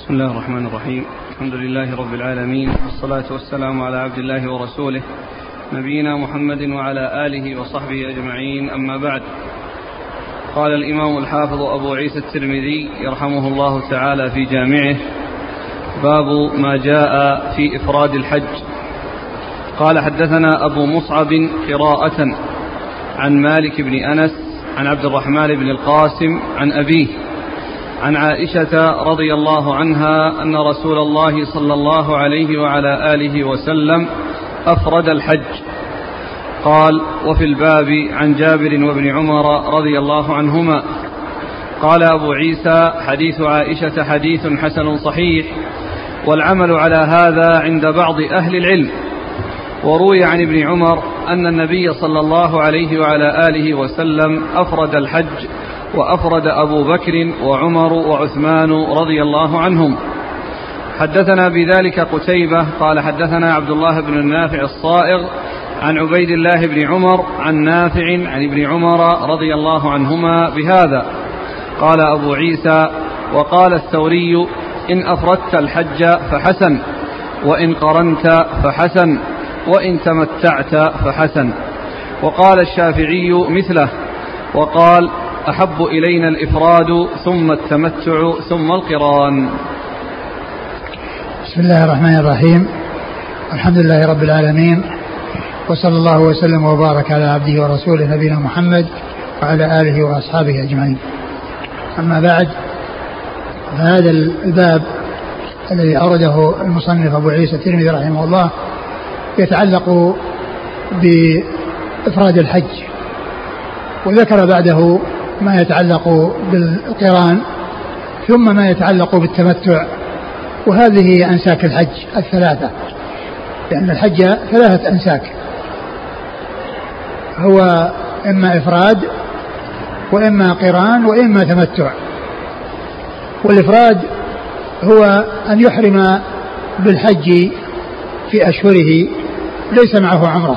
بسم الله الرحمن الرحيم. الحمد لله رب العالمين، والصلاة والسلام على عبد الله ورسوله نبينا محمد وعلى آله وصحبه أجمعين، أما بعد. قال الإمام الحافظ أبو عيسى الترمذي يرحمه الله تعالى في جامعه: باب ما جاء في إفراد الحج. قال: حدثنا أبو مصعب قراءة عن مالك بن أنس عن عبد الرحمن بن القاسم عن أبيه عن عائشة رضي الله عنها أن رسول الله صلى الله عليه وعلى آله وسلم أفرد الحج. قال: وفي الباب عن جابر وابن عمر رضي الله عنهما. قال أبو عيسى: حديث عائشة حديث حسن صحيح، والعمل على هذا عند بعض أهل العلم. وروي عن ابن عمر أن النبي صلى الله عليه وعلى آله وسلم أفرد الحج، وأفرد أبو بكر وعمر وعثمان رضي الله عنهم. حدثنا بذلك قتيبة قال: حدثنا عبد الله بن النافع الصائغ عن عبيد الله بن عمر عن نافع عن ابن عمر رضي الله عنهما بهذا. قال أبو عيسى: وقال الثوري: إن أفردت الحج فحسن، وإن قرنت فحسن، وإن تمتعت فحسن. وقال الشافعي مثله، وقال: أحب إلينا الإفراد ثم التمتع ثم القران. بسم الله الرحمن الرحيم. الحمد لله رب العالمين، وصلى الله وسلم وبارك على عبده ورسوله نبينا محمد وعلى آله وأصحابه أجمعين. أما بعد، فهذا الباب الذي أورده المصنف أبو عيسى الترمذي رحمه الله يتعلق بإفراد الحج، وذكر بعده ما يتعلق بالقران، ثم ما يتعلق بالتمتع. وهذه هي أنساك الحج الثلاثة، لأن الحج ثلاثة أنساك: هو إما إفراد، وإما قران، وإما تمتع. والإفراد هو أن يحرم بالحج في أشهره ليس معه عمرة،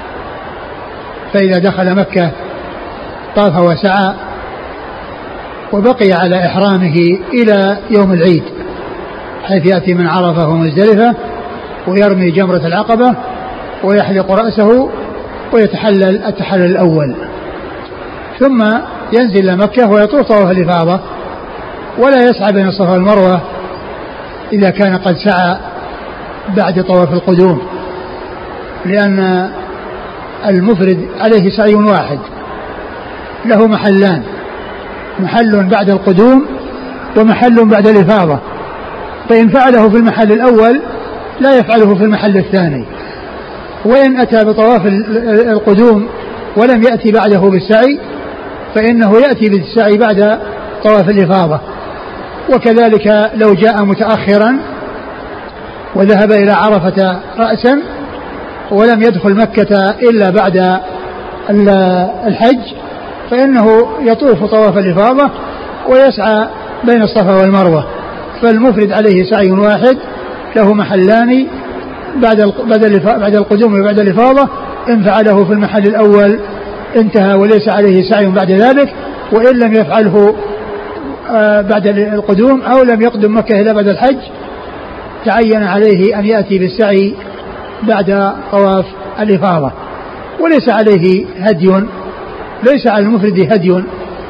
فإذا دخل مكة طاف وسعى وبقي على إحرامه إلى يوم العيد، حيث يأتي من عرفة ومزدلفة ويرمي جمرة العقبة ويحلق رأسه ويتحلل التحلل الأول، ثم ينزل مكة ويطوف طواف الإفاضة، ولا يسعى بين الصفا والمروة إذا كان قد سعى بعد طواف القدوم، لأن المفرد عليه سعي واحد له محلان: محل بعد القدوم ومحل بعد الإفاضة. فإن فعله في المحل الأول لا يفعله في المحل الثاني، وإن أتى بطواف القدوم ولم يأتي بعده بالسعي فإنه يأتي بالسعي بعد طواف الإفاضة. وكذلك لو جاء متأخرا وذهب إلى عرفة رأسا ولم يدخل مكة إلا بعد الحج فإنه يطوف طواف الإفاضة ويسعى بين الصفا والمروة. فالمفرد عليه سعي واحد له محلان بعد القدوم وبعد الإفاضة. إن فعله في المحل الأول انتهى وليس عليه سعي بعد ذلك، وإن لم يفعله بعد القدوم أو لم يقدم مكة إلا بعد الحج تعين عليه أن يأتي بالسعي بعد طواف الإفاضة، وليس عليه هدي، ليس على المفرد هدي.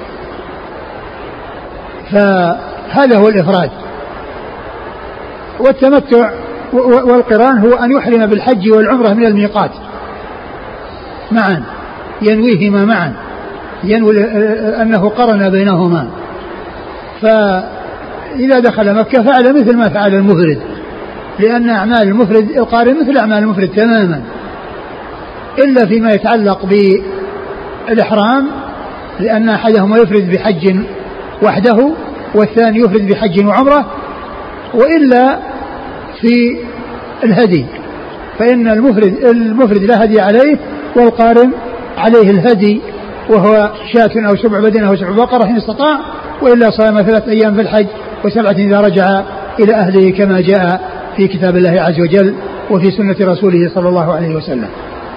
فهذا هو الإفراد. والتمتع والقران هو أن يحرم بالحج والعمرة من الميقات معا، ينويهما معا، ينوي أنه قرن بينهما. فإذا دخل مكة فعل مثل ما فعل المفرد، لأن أعمال المفرد القارن مثل أعمال المفرد تماما، إلا فيما يتعلق بالإحرام، لأن أحدهما يفرد بحج وحده والثاني يفرد بحج وعمرة. وإلا في الهدي فإن المفرد لا هدي عليه، والقارن عليه الهدي، وهو شاة أو 7 بدن أو 7 بقرة إن استطاع، وإلا صام 3 أيام في الحج و7 إذا رجع إلى أهله، كما جاء في كتاب الله عز وجل وفي سنة رسوله صلى الله عليه وسلم.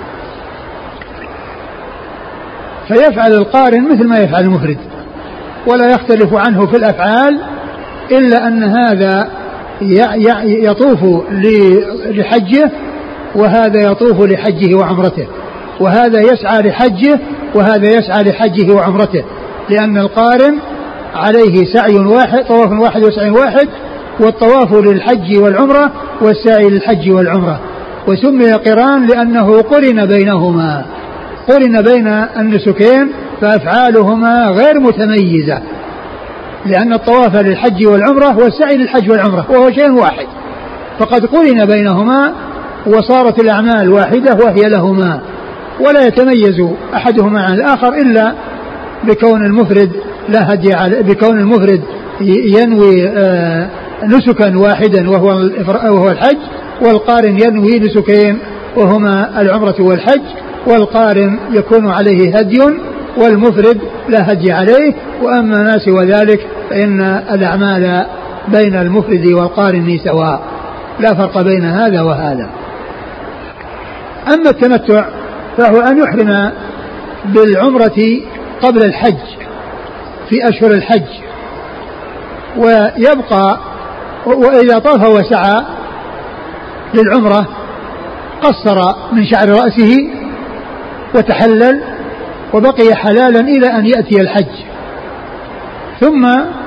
فيفعل القارن مثل ما يفعل المفرد، ولا يختلف عنه في الأفعال، إلا أن هذا يطوف لحجه وهذا يطوف لحجه وعمرته، وهذا يسعى لحجه وهذا يسعى لحجه وعمرته، لأن القارن عليه سعي واحد، طواف واحد وسعي واحد، والطواف للحج والعمرة والسعي للحج والعمرة. وسمي قران لأنه قرن بينهما، قرن بين النسكين فأفعالهما غير متميزة، لأن الطواف للحج والعمرة والسعي للحج والعمرة وهو شيء واحد، فقد قرن بينهما وصارت الأعمال واحدة وهي لهما، ولا يتميز أحدهما عن الآخر إلا بكون المفرد لا هدي بكون المفرد ينوي نسكا واحدا وهو الحج، والقارن ينوي نسكين وهما العمرة والحج، والقارن يكون عليه هدي والمفرد لا هدي عليه، وأما ما سوى ذلك فإن الأعمال بين المفرد والقارن سواء، لا فرق بين هذا وهذا. أما التمتع فهو أن يحرم بالعمرة قبل الحج في أشهر الحج، ويبقى وإذا طاف وسعى للعمرة قصر من شعر رأسه وتحلل وبقي حلالا إلى أن يأتي الحج، ثم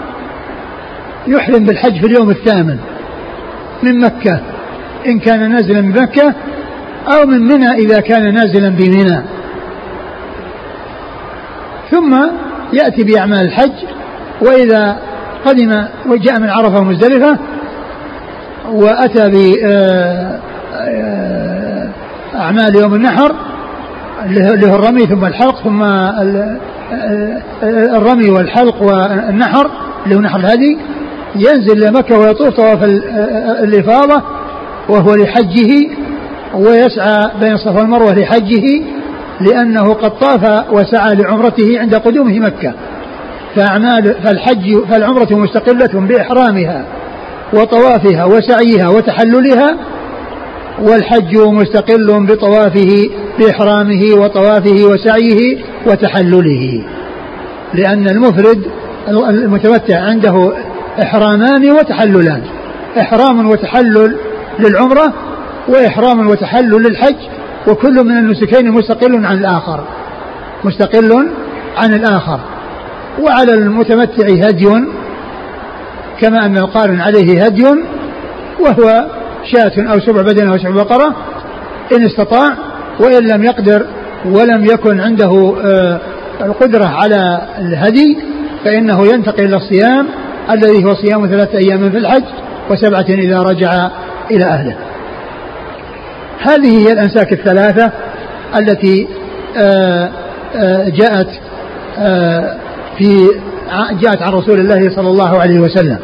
يحرم بالحج في اليوم الثامن من مكة إن كان نازلا من مكة، أو من منى إذا كان نازلا بمنى، ثم يأتي بأعمال الحج. وإذا قدم وجاء من عرفة ومزدلفة وأتى بأعمال يوم النحر له الرمي ثم الحلق، ثم الرمي والحلق والنحر له نحر الهدي، ينزل لمكة ويطوف طواف الإفاضة وهو لحجه، ويسعى بين الصفا والمروة لحجه، لأنه قد طاف وسعى لعمرته عند قدومه مكة. فالعمرة مستقلة بإحرامها وطوافها وسعيها وتحللها، والحج مستقل بطوافه بإحرامه وطوافه وسعيه وتحلله، لأن المفرد المتمتع عنده إحرامان وتحللان، إحرام وتحلل للعمرة وإحرام وتحلل للحج، وكل من النسكين مستقل عن الآخر، مستقل عن الآخر. وعلى المتمتع هدي كما أن القارن عليه هدي، وهو شاة أو سبع بدنة أو سبع بقرة إن استطاع، وإن لم يقدر ولم يكن عنده القدرة على الهدي فإنه ينتقل إلى الصيام الذي هو صيام 3 أيام في الحج و7 إذا رجع إلى أهله. هذه هي الأنساك الثلاثة التي جاءت عن رسول الله صلى الله عليه وسلم.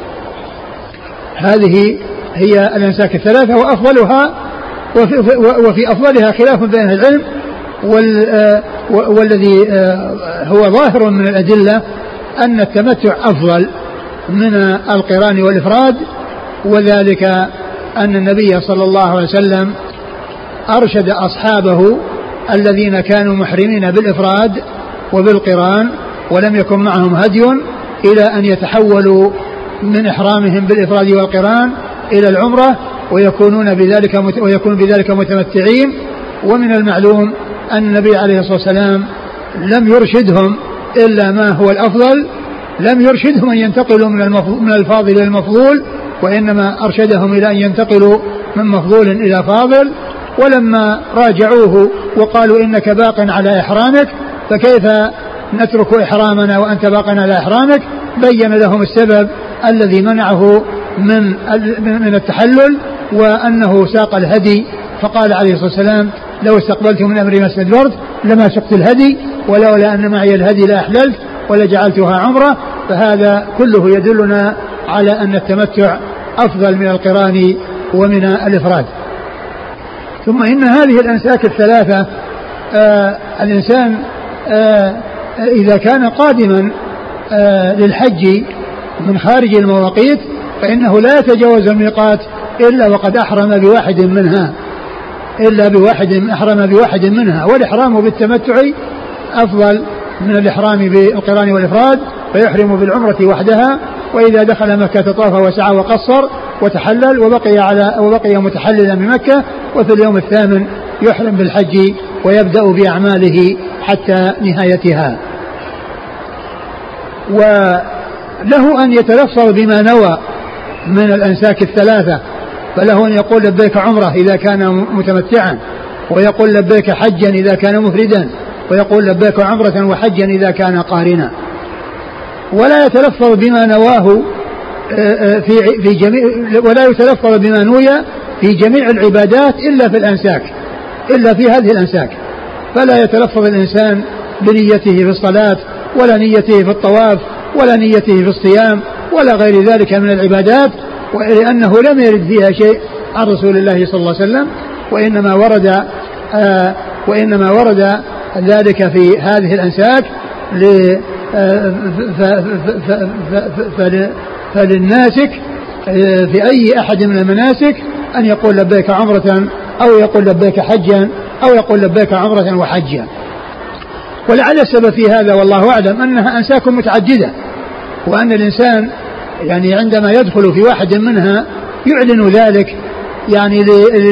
هذه هي الأنساك الثلاثة وأفضلها، وفي أفضلها خلاف بين العلم، والذي هو ظاهر من الأدلة أن التمتع أفضل من القران والإفراد، وذلك أن النبي صلى الله عليه وسلم أرشد أصحابه الذين كانوا محرمين بالإفراد وبالقران ولم يكن معهم هدي إلى أن يتحولوا من إحرامهم بالإفراد والقران إلى العمرة ويكون بذلك متمتعين. ومن المعلوم أن النبي عليه الصلاة والسلام لم يرشدهم إلا ما هو الأفضل، لم يرشدهم أن ينتقلوا من الفاضل إلى المفضول، وإنما أرشدهم إلى أن ينتقلوا من مفضول إلى فاضل. ولما راجعوه وقالوا إنك باق على إحرامك فكيف نترك إحرامنا وأنت باق على إحرامك، بين لهم السبب الذي منعه من التحلل، وأنه ساق الهدي. فقال عليه الصلاة والسلام لو استقبلت من أمري ما استدبرت لما سقت الهدي، ولولا أن معي الهدي لأحللت ولجعلتها عمرة. فهذا كله يدلنا على أن التمتع أفضل من القران ومن الإفراد. ثم إن هذه الأنساك الثلاثة الإنسان إذا كان قادما للحج من خارج المواقيت فإنه لا يتجاوز الميقات إلا وقد أحرم بواحد منها، والإحرام بالتمتع أفضل من الإحرام بالقران والإفراد، فيحرم بالعمرة وحدها، وإذا دخل مكة طاف وسعى وقصر وتحلل وبقي متحللا بمكة، وفي اليوم الثامن يحرم بالحج ويبدأ بأعماله حتى نهايتها. وله أن يتلفظ بما نوى من الأنساك الثلاثة، فله أن يقول لبيك عمرة إذا كان متمتعا، ويقول لبيك حجا إذا كان مفردا، ويقول لبيك عمرة وحجا إذا كان قارنا. ولا يتلفظ بما نواه في جميع، ولا يتلفظ بما نوي في جميع العبادات إلا في الأنساك، إلا في هذه الأنساك. فلا يتلفظ الإنسان بنيته في الصلاة، ولا نيته في الطواف، ولا نيته في الصيام، ولا غير ذلك من العبادات، لأنه لم يرد فيها شيء عن رسول الله صلى الله عليه وسلم، وإنما ورد ذلك في هذه الأنساك فللناسك في أي أحد من المناسك أن يقول لبيك عمرة، أو يقول لبيك حجا، أو يقول لبيك عمرة وحجا. ولعل السبب في هذا والله أعلم أنها أنساك متعددة، وأن الإنسان يعني عندما يدخل في واحد منها يعلن ذلك يعني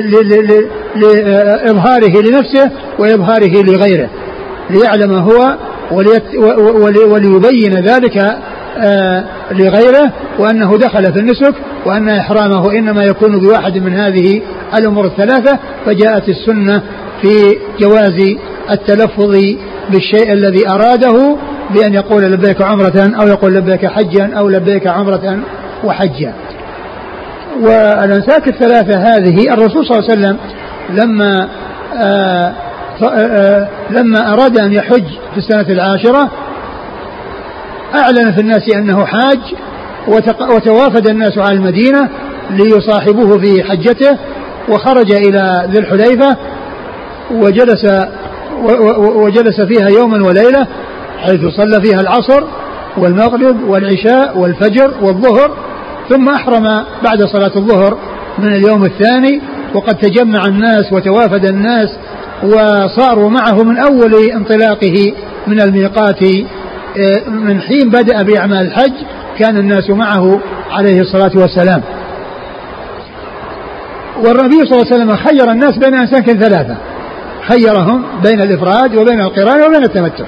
لإظهاره لنفسه وإظهاره لغيره، ليعلم هو وليبين ذلك لغيره، وأنه دخل في النسك، وأن إحرامه إنما يكون بواحد من هذه الأمور الثلاثة. فجاءت السنة في جواز التلفظ بالشيء الذي أراده بأن يقول لبيك عمرة، أو يقول لبيك حجا، أو لبيك عمرة وحجا. والأنساك الثلاثة هذه الرسول صلى الله عليه وسلم لما أراد أن يحج في السنة العاشرة أعلن في الناس أنه حاج، وتوافد الناس على المدينة ليصاحبوه في حجته، وخرج إلى ذي الحليفة وجلس فيها يوما وليلة، حيث صلى فيها العصر والمغرب والعشاء والفجر والظهر، ثم أحرم بعد صلاة الظهر من اليوم الثاني. وقد تجمع الناس وتوافد الناس وصاروا معه من أول انطلاقه من الميقات، من حين بدأ بأعمال الحج كان الناس معه عليه الصلاة والسلام. والنبي صلى الله عليه وسلم خير الناس بين أنساك ثلاثة، خيرهم بين الإفراد وبين القران وبين التمتع،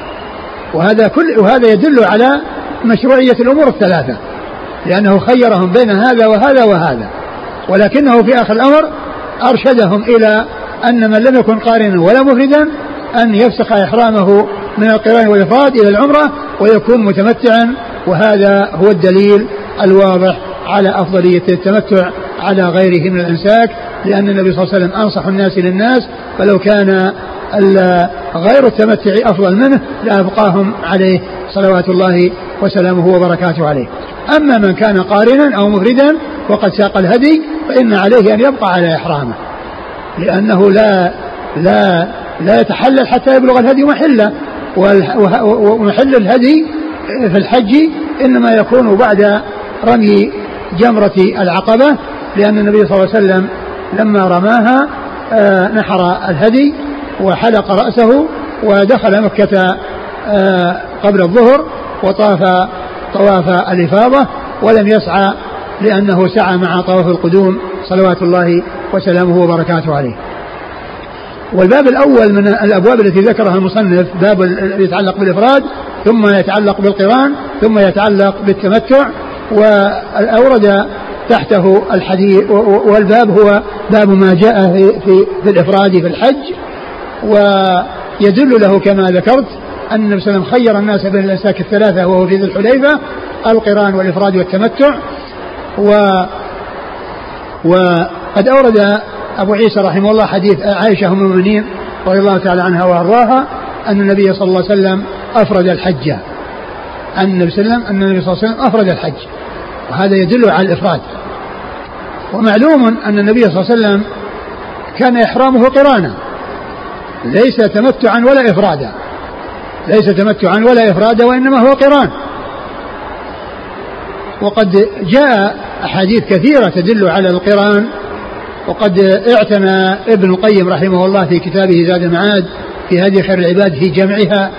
وهذا يدل على مشروعية الأمور الثلاثة، لأنه خيرهم بين هذا وهذا وهذا. ولكنه في آخر الأمر أرشدهم إلى أن من لم يكن قارنا ولا مفردا أن يفسخ إحرامه من القران والإفراد إلى العمرة ويكون متمتعا. وهذا هو الدليل الواضح على أفضلية التمتع على غيره من الأنساك، لأن النبي صلى الله عليه وسلم أنصح الناس للناس، فلو كان غير التمتع أفضل منه لأبقاهم عليه صلوات الله وسلامه وبركاته عليه. أما من كان قارنا أو مفردا وقد ساق الهدي فإن عليه أن يبقى على إحرامه، لأنه لا يتحلل حتى يبلغ الهدي محله، ومحل الهدي في الحج إنما يكون بعد رمي جمرة العقبة، لأن النبي صلى الله عليه وسلم لما رماها نحر الهدي وحلق رأسه ودخل مكة قبل الظهر وطاف طواف الإفاضة ولم يسعى، لأنه سعى مع طواف القدوم صلوات الله وسلامه وبركاته عليه. والباب الأول من الأبواب التي ذكرها المصنف باب يتعلق بالإفراد، ثم يتعلق بالقران، ثم يتعلق بالتمتع، وأورد تحته الحديث. والباب هو باب ما جاء في الإفراد في الحج، ويدل له كما ذكرت أن النبي صلى الله عليه وسلم خير الناس بين الأنساك الثلاثة وهو في ذي الحليفة، القران والإفراد والتمتع. وقد أورد أبو عيسى رحمه الله حديث عائشة أم المؤمنين رضي الله تعالى عنها وأرضاها أن النبي صلى الله عليه وسلم أفرد الحج، أن النبي صلى الله عليه وسلم أفرد الحج، وهذا يدل على الإفراد. ومعلوم أن النبي صلى الله عليه وسلم كان إحرامه قرانا، ليس تمتعا ولا إفرادا، ليس تمتعا ولا إفرادا، وإنما هو قران. وقد جاء أحاديث كثيرة تدل على القران، وقد اعتنى ابن القيم رحمه الله في كتابه زاد المعاد في هدي خير العباد في جمعها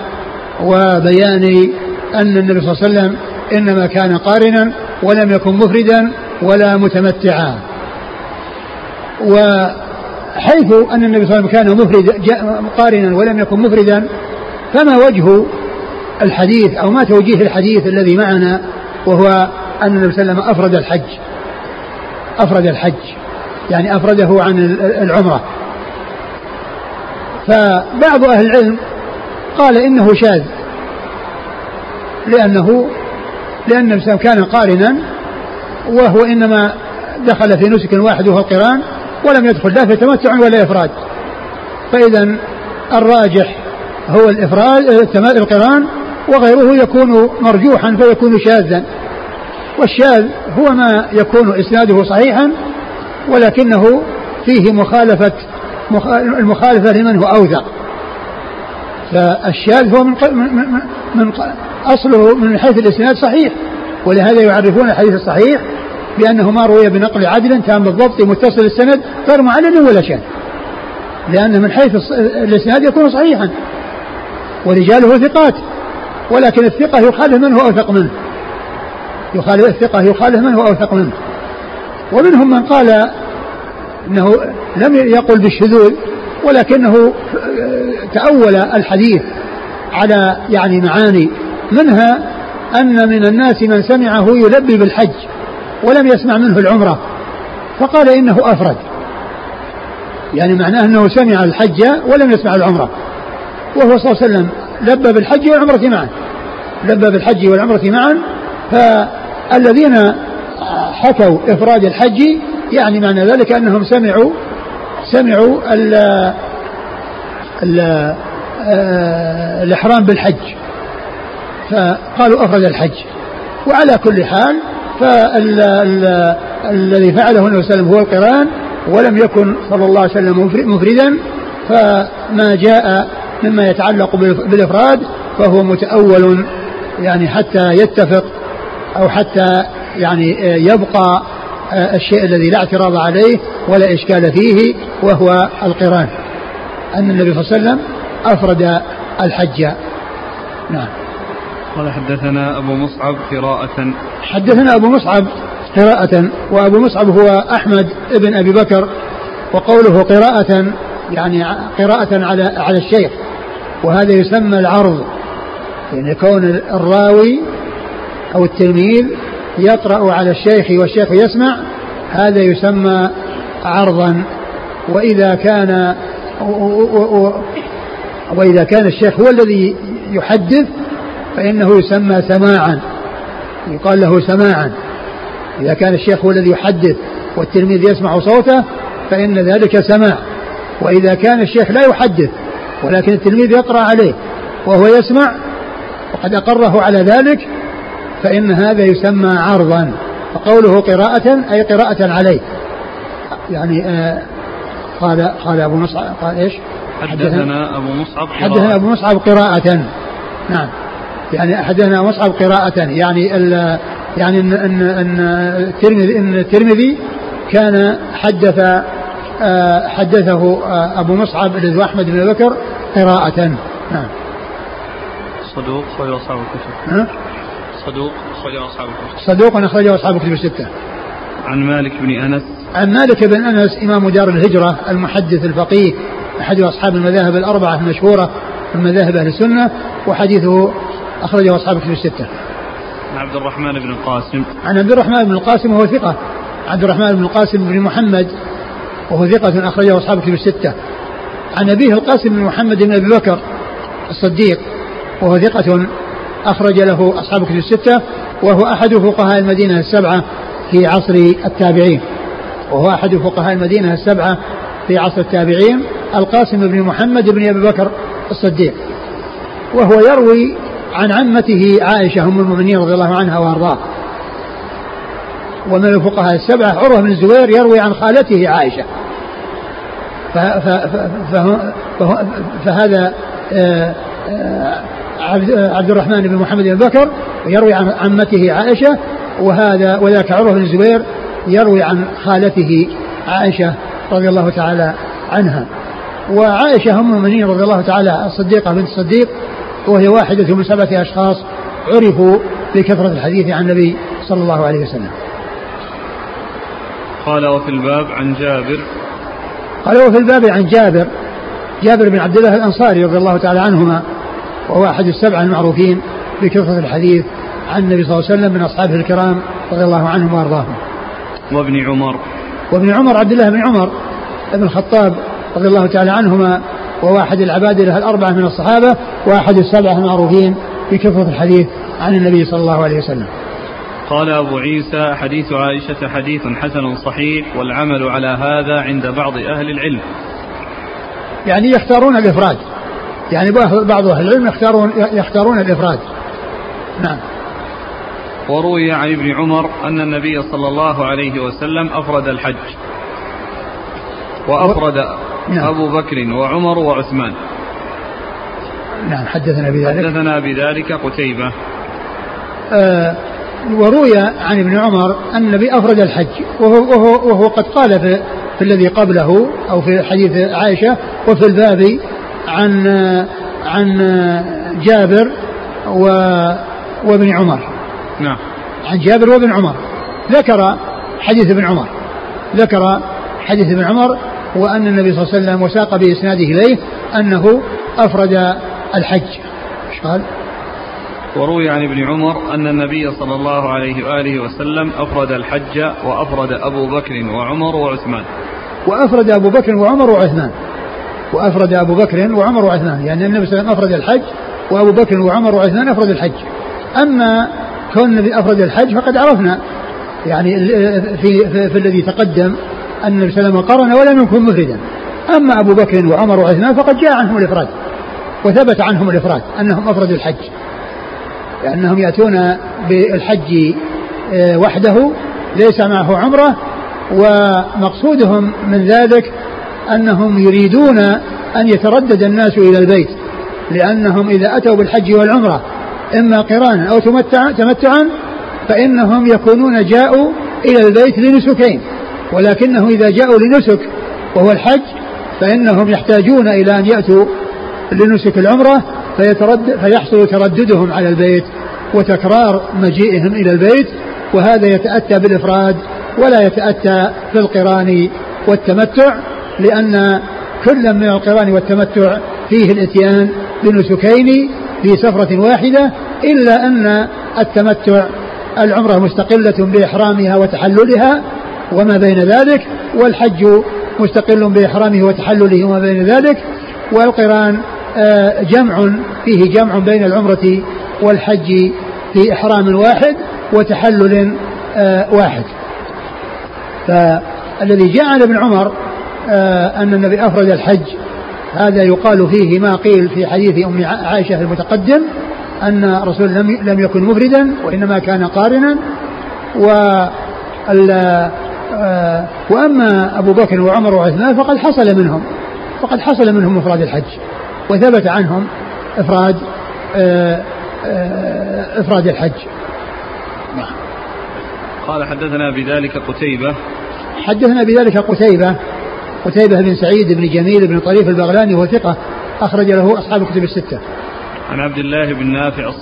وبيان أن النبي صلى الله عليه وسلم إنما كان قارنا ولم يكن مفردا، ولا متمتعا. وحيث أن النبي صلى الله عليه وسلم كان قارنا ولم يكن مفردا، فما وجه الحديث أو ما توجيه الحديث الذي معنا، وهو أن النبي صلى الله عليه وسلم أفرد الحج يعني أفرده عن العمرة. فبعض أهل العلم قال إنه شاذ، لأن النبي صلى الله عليه وسلم كان قارنا، وهو إنما دخل في نسك واحد وهو القران، ولم يدخل لا في تمتع ولا إفراد. فإذا الراجح هو القران، وغيره يكون مرجوحا فيكون شاذا. والشاذ هو ما يكون إسناده صحيحا ولكنه فيه المخالفة لمن هو أوثق. فالشاذ هو من أصله من حيث الإسناد صحيح، ولهذا يعرفون الحديث الصحيح بأنه ما روي بنقل عدل تام بالضبط متصل السند غير معلل ولا شاذ، لأنه من حيث الإسناد يكون صحيحا ورجاله ثقات، ولكن الثقة يخالف من هو أوثق منه، ومنهم من قال إنه لم يقل بالشذوذ، ولكنه تأول الحديث على يعني معاني، منها أن من الناس من سمعه يلبي بالحج ولم يسمع منه العمرة، فقال إنه أفرد، يعني معناه أنه سمع الحج ولم يسمع العمرة، وهو صلى الله عليه وسلم لبى بالحج والعمرة معا. فالذين حكوا إفراد الحج يعني معنى ذلك أنهم سمعوا الإحرام بالحج فقالوا أفرد الحج. وعلى كل حال فالذي فعله النبي صلى الله عليه وسلم هو القران، ولم يكن صلى الله عليه وسلم مفردا، فما جاء مما يتعلق بالإفراد فهو متأول، يعني حتى يتفق أو حتى يعني يبقى الشيء الذي لا اعتراض عليه ولا إشكال فيه، وهو القران، أن النبي صلى الله عليه وسلم أفرد الحج. نعم. قال حدثنا أبو مصعب قراءة. وأبو مصعب هو أحمد ابن أبي بكر، وقوله قراءة يعني قراءة على الشيخ، وهذا يسمى العرض، يعني كون الراوي أو التلميذ يقرأ على الشيخ والشيخ يسمع، هذا يسمى عرضا. وإذا كان الشيخ هو الذي يحدث فإنه يسمى سماعا، يقال له سماعا. إذا كان الشيخ هو الذي يحدث والتلميذ يسمع صوته فإن ذلك سماع. وإذا كان الشيخ لا يحدث ولكن التلميذ يقرأ عليه وهو يسمع وقد أقره على ذلك فإن هذا يسمى عرضا. فقوله قراءة أي قراءة عليه. يعني قال أبو مصعب قال إيش؟ حدثنا أبو مصعب قراءة. نعم، يعني حدثنا مصعب قراءة، يعني أن الترمذي كان حدثه أبو مصعب الذي أحمد بن بكر قراءة. نعم. صدوق أخرجه أصحاب الكتب الستة. عن مالك بن أنس إمام دار الهجرة المحدث الفقيه أحد أصحاب المذاهب الأربعة المشهورة من مذاهب أهل السنة، وحديثه أخرجه أصحاب الكتب الستة. عن عبد الرحمن بن القاسم وهو ثقة، عبد الرحمن بن القاسم بن محمد وهو ثقة أخرجه أصحاب الكتب الستة. عن أبيه القاسم بن محمد بن أبي بكر الصديق وهو ثقة أخرج له أصحاب الكتب الستة، وهو أحد فقهاء المدينة السبعة في عصر التابعين، القاسم بن محمد بن أبي بكر الصديق، وهو يروي عن عمته عائشة أم المؤمنين رضي الله عنها وأرضاها. ومن الفقهاء السبعة عروة بن الزبير يروي عن خالته عائشة، فهذا عبد الرحمن بن محمد بن بكر يروي عن عمته عائشة، وذاك عروة بن الزبير يروي عن خالته عائشة رضي الله تعالى عنها. وعائشة أم المؤمنين رضي الله تعالى الصديقة بنت الصديق، وهي واحدة من 7 أشخاص عرفوا بكثرة الحديث عن النبي صلى الله عليه وسلم. قال وفي الباب عن جابر. قال وفي الباب عن جابر بن عبد الله الأنصاري رضي الله تعالى عنهما، وهو أحد السبعة المعروفين بكثرة الحديث عن النبي صلى الله عليه وسلم من أصحابه الكرام رضي الله عنهم وأرضاهم. وابن عمر عبد الله بن عمر بن الخطاب رضي الله تعالى عنهما، وهو أحد العبادلة الأربعة من الصحابة وأحد السبعة المعروفين بكثرة الحديث عن النبي صلى الله عليه وسلم. قال أبو عيسى حديث عائشة حديث حسن صحيح، والعمل على هذا عند بعض أهل العلم. يعني يختارون الإفراد، يعني بعض أهل العلم يختارون الإفراد. نعم. وروي عن ابن عمر أن النبي صلى الله عليه وسلم أفرد الحج وأفرد أبو بكر وعمر وعثمان. نعم. حدثنا بذلك قتيبة. وروي عن ابن عمر أن النبي أفرد الحج، وهو قد قال في الذي قبله أو في حديث عائشة وفي الباب عن جابر وابن عمر. نعم. عن جابر وابن عمر ذكر حديث ابن عمر وأن النبي صلى الله عليه وسلم وساق بإسناده إليه أنه أفرد الحج. ايش قال؟ وروي عن ابن عمر أن النبي صلى الله عليه وآله وسلم أفرد الحج وأفرد أبو بكر وعمر وعثمان. وأفرد أبو بكر وعمر وعثمان، يعني النبي صلى الله عليه وسلم أفرد الحج وأبو بكر وعمر وعثمان أفرد الحج. أما كون النبي أفرد الحج فقد عرفنا يعني في الذي تقدم أن النبي صلى الله عليه وسلم قرن ولم يكن مفردا. أما أبو بكر وعمر وعثمان فقد جاء عنهم الإفراد وثبت عنهم الإفراد أنهم أفردوا الحج، لأنهم يأتون بالحج وحده ليس معه عمرة، ومقصودهم من ذلك أنهم يريدون أن يتردد الناس إلى البيت، لأنهم إذا أتوا بالحج والعمرة إما قرانا أو تمتعا فإنهم يكونون جاءوا إلى البيت لنسكين، ولكنه إذا جاءوا لنسك وهو الحج فإنهم يحتاجون إلى أن يأتوا لنسك العمرة فيحصل ترددهم على البيت وتكرار مجيئهم إلى البيت، وهذا يتأتى بالإفراد ولا يتأتى في القران والتمتع، لأن كل من القران والتمتع فيه الاتيان بنسكين في سفرة واحدة، إلا أن التمتع العمرة مستقلة بإحرامها وتحللها وما بين ذلك، والحج مستقل بإحرامه وتحلله وما بين ذلك، والقران فيه جمع بين العمرة والحج في إحرام واحد وتحلل واحد. فالذي جاء عن ابن عمر أن النبي أفرد الحج هذا يقال فيه ما قيل في حديث أم عائشة المتقدم أن رسول لم يكن مفردا وإنما كان قارنا. وأما أبو بكر وعمر وعثمان فقد حصل منهم إفراد الحج وثبت عنهم إفراد الحج. قال حدثنا بذلك قتيبة بن سعيد بن جميل بن طريف البغلاني وهو ثقة أخرج له أصحاب الكتب الستة. عن عبد الله بن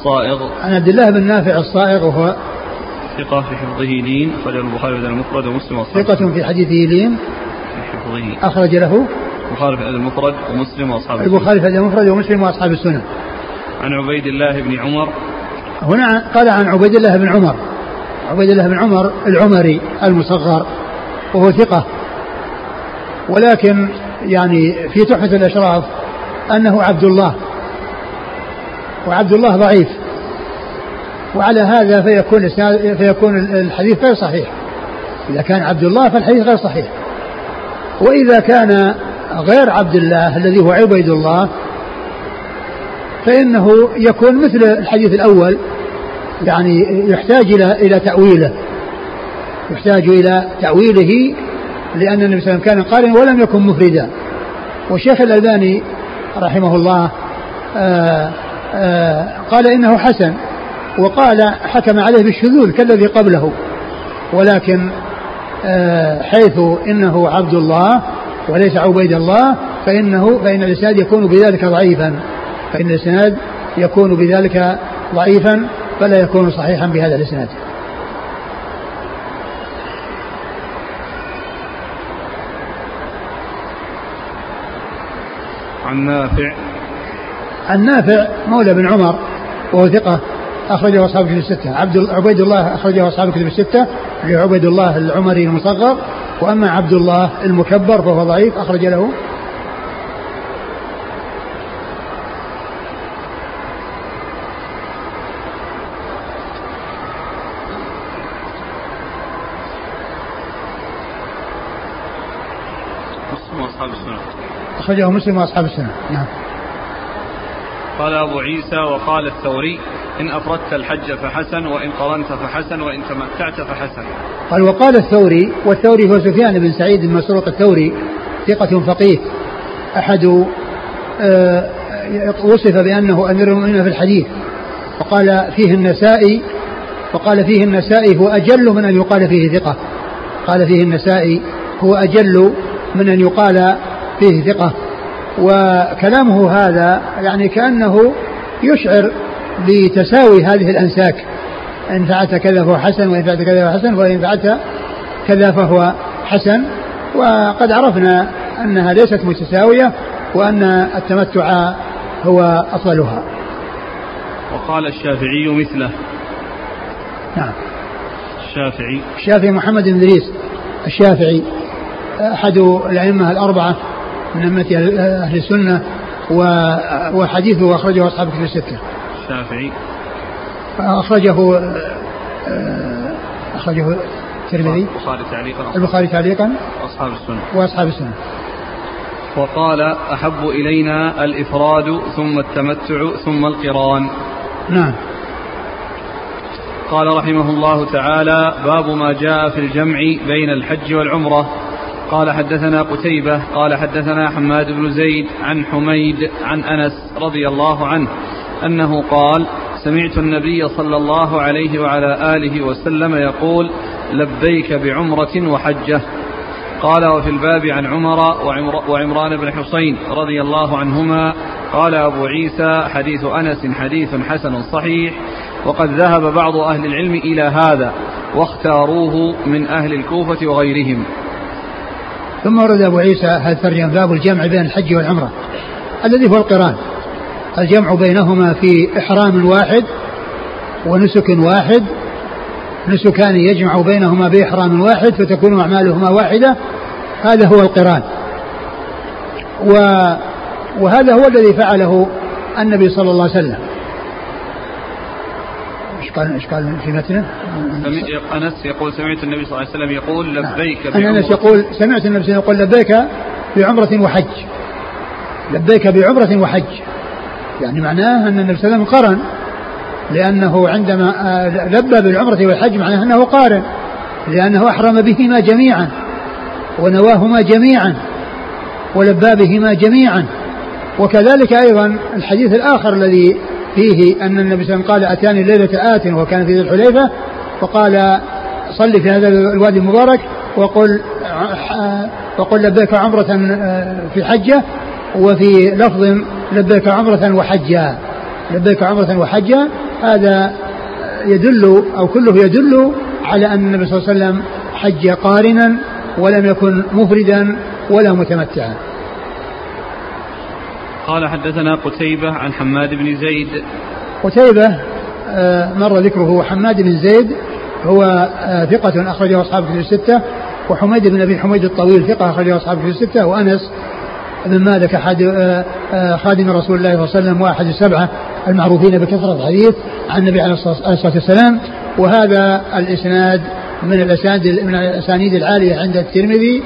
نافع الصائغ وهو ثقة في حفظه لين، أخرج البخاري في المفرد ومسلم وأصحاب ثقة في حديثه لين في حفظه، أخرج له البخاري في المفرد ومسلم وأصحاب السنن. عن عبيد الله بن عمر، هنا قال عن عبيد الله بن عمر العمري المصغر وهو ثقة، ولكن يعني في تحفة الأشراف أنه عبد الله، وعبد الله ضعيف، وعلى هذا فيكون الحديث غير صحيح. إذا كان عبد الله فالحديث غير صحيح، وإذا كان غير عبد الله الذي هو عبيد الله فإنه يكون مثل الحديث الأول، يعني يحتاج إلى تأويله لأن النبي صلى الله عليه وسلم كان قارنا ولم يكن مفردا. والشيخ الألباني رحمه الله قال إنه حسن، وقال حكم عليه بالشذوذ كالذي قبله، ولكن حيث إنه عبد الله وليس عبيد الله فإن الإسناد يكون بذلك ضعيفا فلا يكون صحيحا بهذا الإسناد. عن نافع مولى بن عمر وهو ثقة أخرجه أصحاب الكتب الستة. عبيد الله أخرجه أصحاب الكتب الستة، عبيد الله العمري المصغر. وأما عبد الله المكبر فهو ضعيف، أخرج له أخرجه مسلم وأصحاب السنة. نعم. قال أبو عيسى وقال الثوري إن أفردت الحج فحسن، وإن قرنت فحسن، وإن تمتعت فحسن. قال وقال الثوري، والثوري هو سفيان بن سعيد بن مسروق الثوري، ثقة فقيه أحد وصف بأنه أمير المؤمنين في الحديث. وقال فيه النسائي هو أجل من أن يقال فيه ثقة. قال فيه النسائي هو أجل من أن يقال فيه ثقة. وكلامه هذا يعني كأنه يشعر بتساوي هذه الأنساك، إن فعلت كذا فهو حسن، وإن فعلت كذا فهو حسن، وإن فعلت كذا فهو حسن. وقد عرفنا أنها ليست متساوية، وأن التمتع هو أفضلها. وقال الشافعي مثله. نعم. الشافعي محمد بن إدريس الشافعي أحد الأئمة الأربعة من أئمة أهل السنة، وحديثه أخرجه أصحاب الكتب الستة. الشافعي أخرجه الترمذي، البخاري تعليقا وأصحاب السنة. وقال أحب إلينا الإفراد ثم التمتع ثم القران. نعم. قال رحمه الله تعالى: باب ما جاء في الجمع بين الحج والعمرة. قال حدثنا قتيبة قال حدثنا حماد بن زيد عن حميد عن أنس رضي الله عنه أنه قال: سمعت النبي صلى الله عليه وعلى آله وسلم يقول: لبيك بعمرة وحجة. قال: وفي الباب عن عمر وعمران بن حسين رضي الله عنهما. قال أبو عيسى: حديث أنس حديث حسن صحيح، وقد ذهب بعض أهل العلم إلى هذا واختاروه من أهل الكوفة وغيرهم. ثم ورد أبو عيسى هذا الترجمة: باب الجمع بين الحج والعمرة، الذي هو القران، الجمع بينهما في إحرام واحد ونسك واحد، نسكان يجمع بينهما بإحرام واحد فتكون أعمالهما واحدة، هذا هو القران. وهذا هو الذي فعله النبي صلى الله عليه وسلم. إيش قال في متنه؟ أنس يقول: سمعت النبي صلى الله عليه وسلم يقول: لبيك بعمرة. أنس يقول: سمعت النبي صلى الله عليه وسلم يقول: لبيك بعمرة وحج. لبيك بعمرة وحج، يعني معناه أن النبي صلى الله عليه وسلم قرن، لأنه عندما لبى بالعمرة والحج معناه أنه قارن، لأنه أحرم بهما جميعا ونواهما جميعا ولبى بهما جميعا. وكذلك أيضا الحديث الآخر الذي فيه أن النبي صلى الله عليه وسلم قال: أتاني الليلة آت وكان في ذي الحليفة، فقال: صل في هذا الوادي المبارك وقل لبيك عمرة في حجة، وفي لفظ لبيك عمرة وحجة. لبيك عمرة وحجة، هذا يدل أو كله يدل على أن النبي صلى الله عليه وسلم حج قارنا ولم يكن مفردا ولا متمتعا. قال حدثنا قتيبة عن حماد بن زيد. قتيبة مر ذكره. حماد بن زيد هو ثقة أخرجه أصحاب الكتب الستة، وحميد بن أبي حميد الطويل ثقة أخرجه أصحاب الكتب الستة، وأنس بن مالك أحد خادم رسول الله صلى الله عليه وسلم وأحد السبعة المعروفين بكثرة الحديث عن النبي عليه الصلاة والسلام. وهذا الإسناد من الأسانيد العالية عند الترمذي،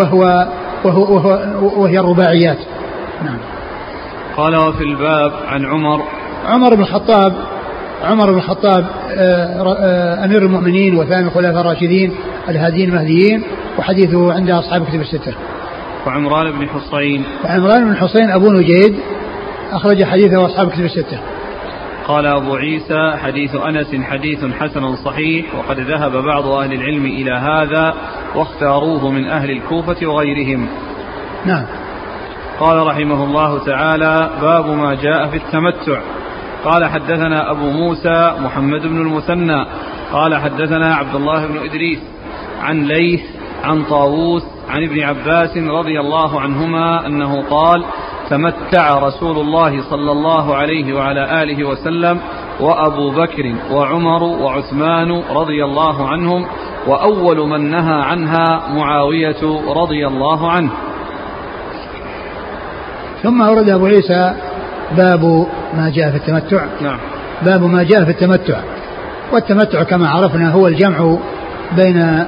وهي الرباعيات. نعم. قال: وفي الباب عن عمر بن الخطاب أمير المؤمنين وثاني الخلفاء الراشدين الهاديين المهديين، وحديثه عند أصحاب كتب الستة. وعمران بن حسين أبو نجيد أخرج حديثه أصحاب كتب الستة. قال أبو عيسى: حديث أنس حديث حسن صحيح، وقد ذهب بعض أهل العلم إلى هذا واختاروه من أهل الكوفة وغيرهم. نعم. قال رحمه الله تعالى: باب ما جاء في التمتع. قال حدثنا أبو موسى محمد بن المثنى قال حدثنا عبد الله بن إدريس عن ليث عن طاووس عن ابن عباس رضي الله عنهما أنه قال: تمتع رسول الله صلى الله عليه وعلى آله وسلم وأبو بكر وعمر وعثمان رضي الله عنهم، وأول من نهى عنها معاوية رضي الله عنه. ثم أورد أبو عيسى باب ما جاء في التمتع. نعم. باب ما جاء في التمتع. والتمتع كما عرفنا هو الجمع بين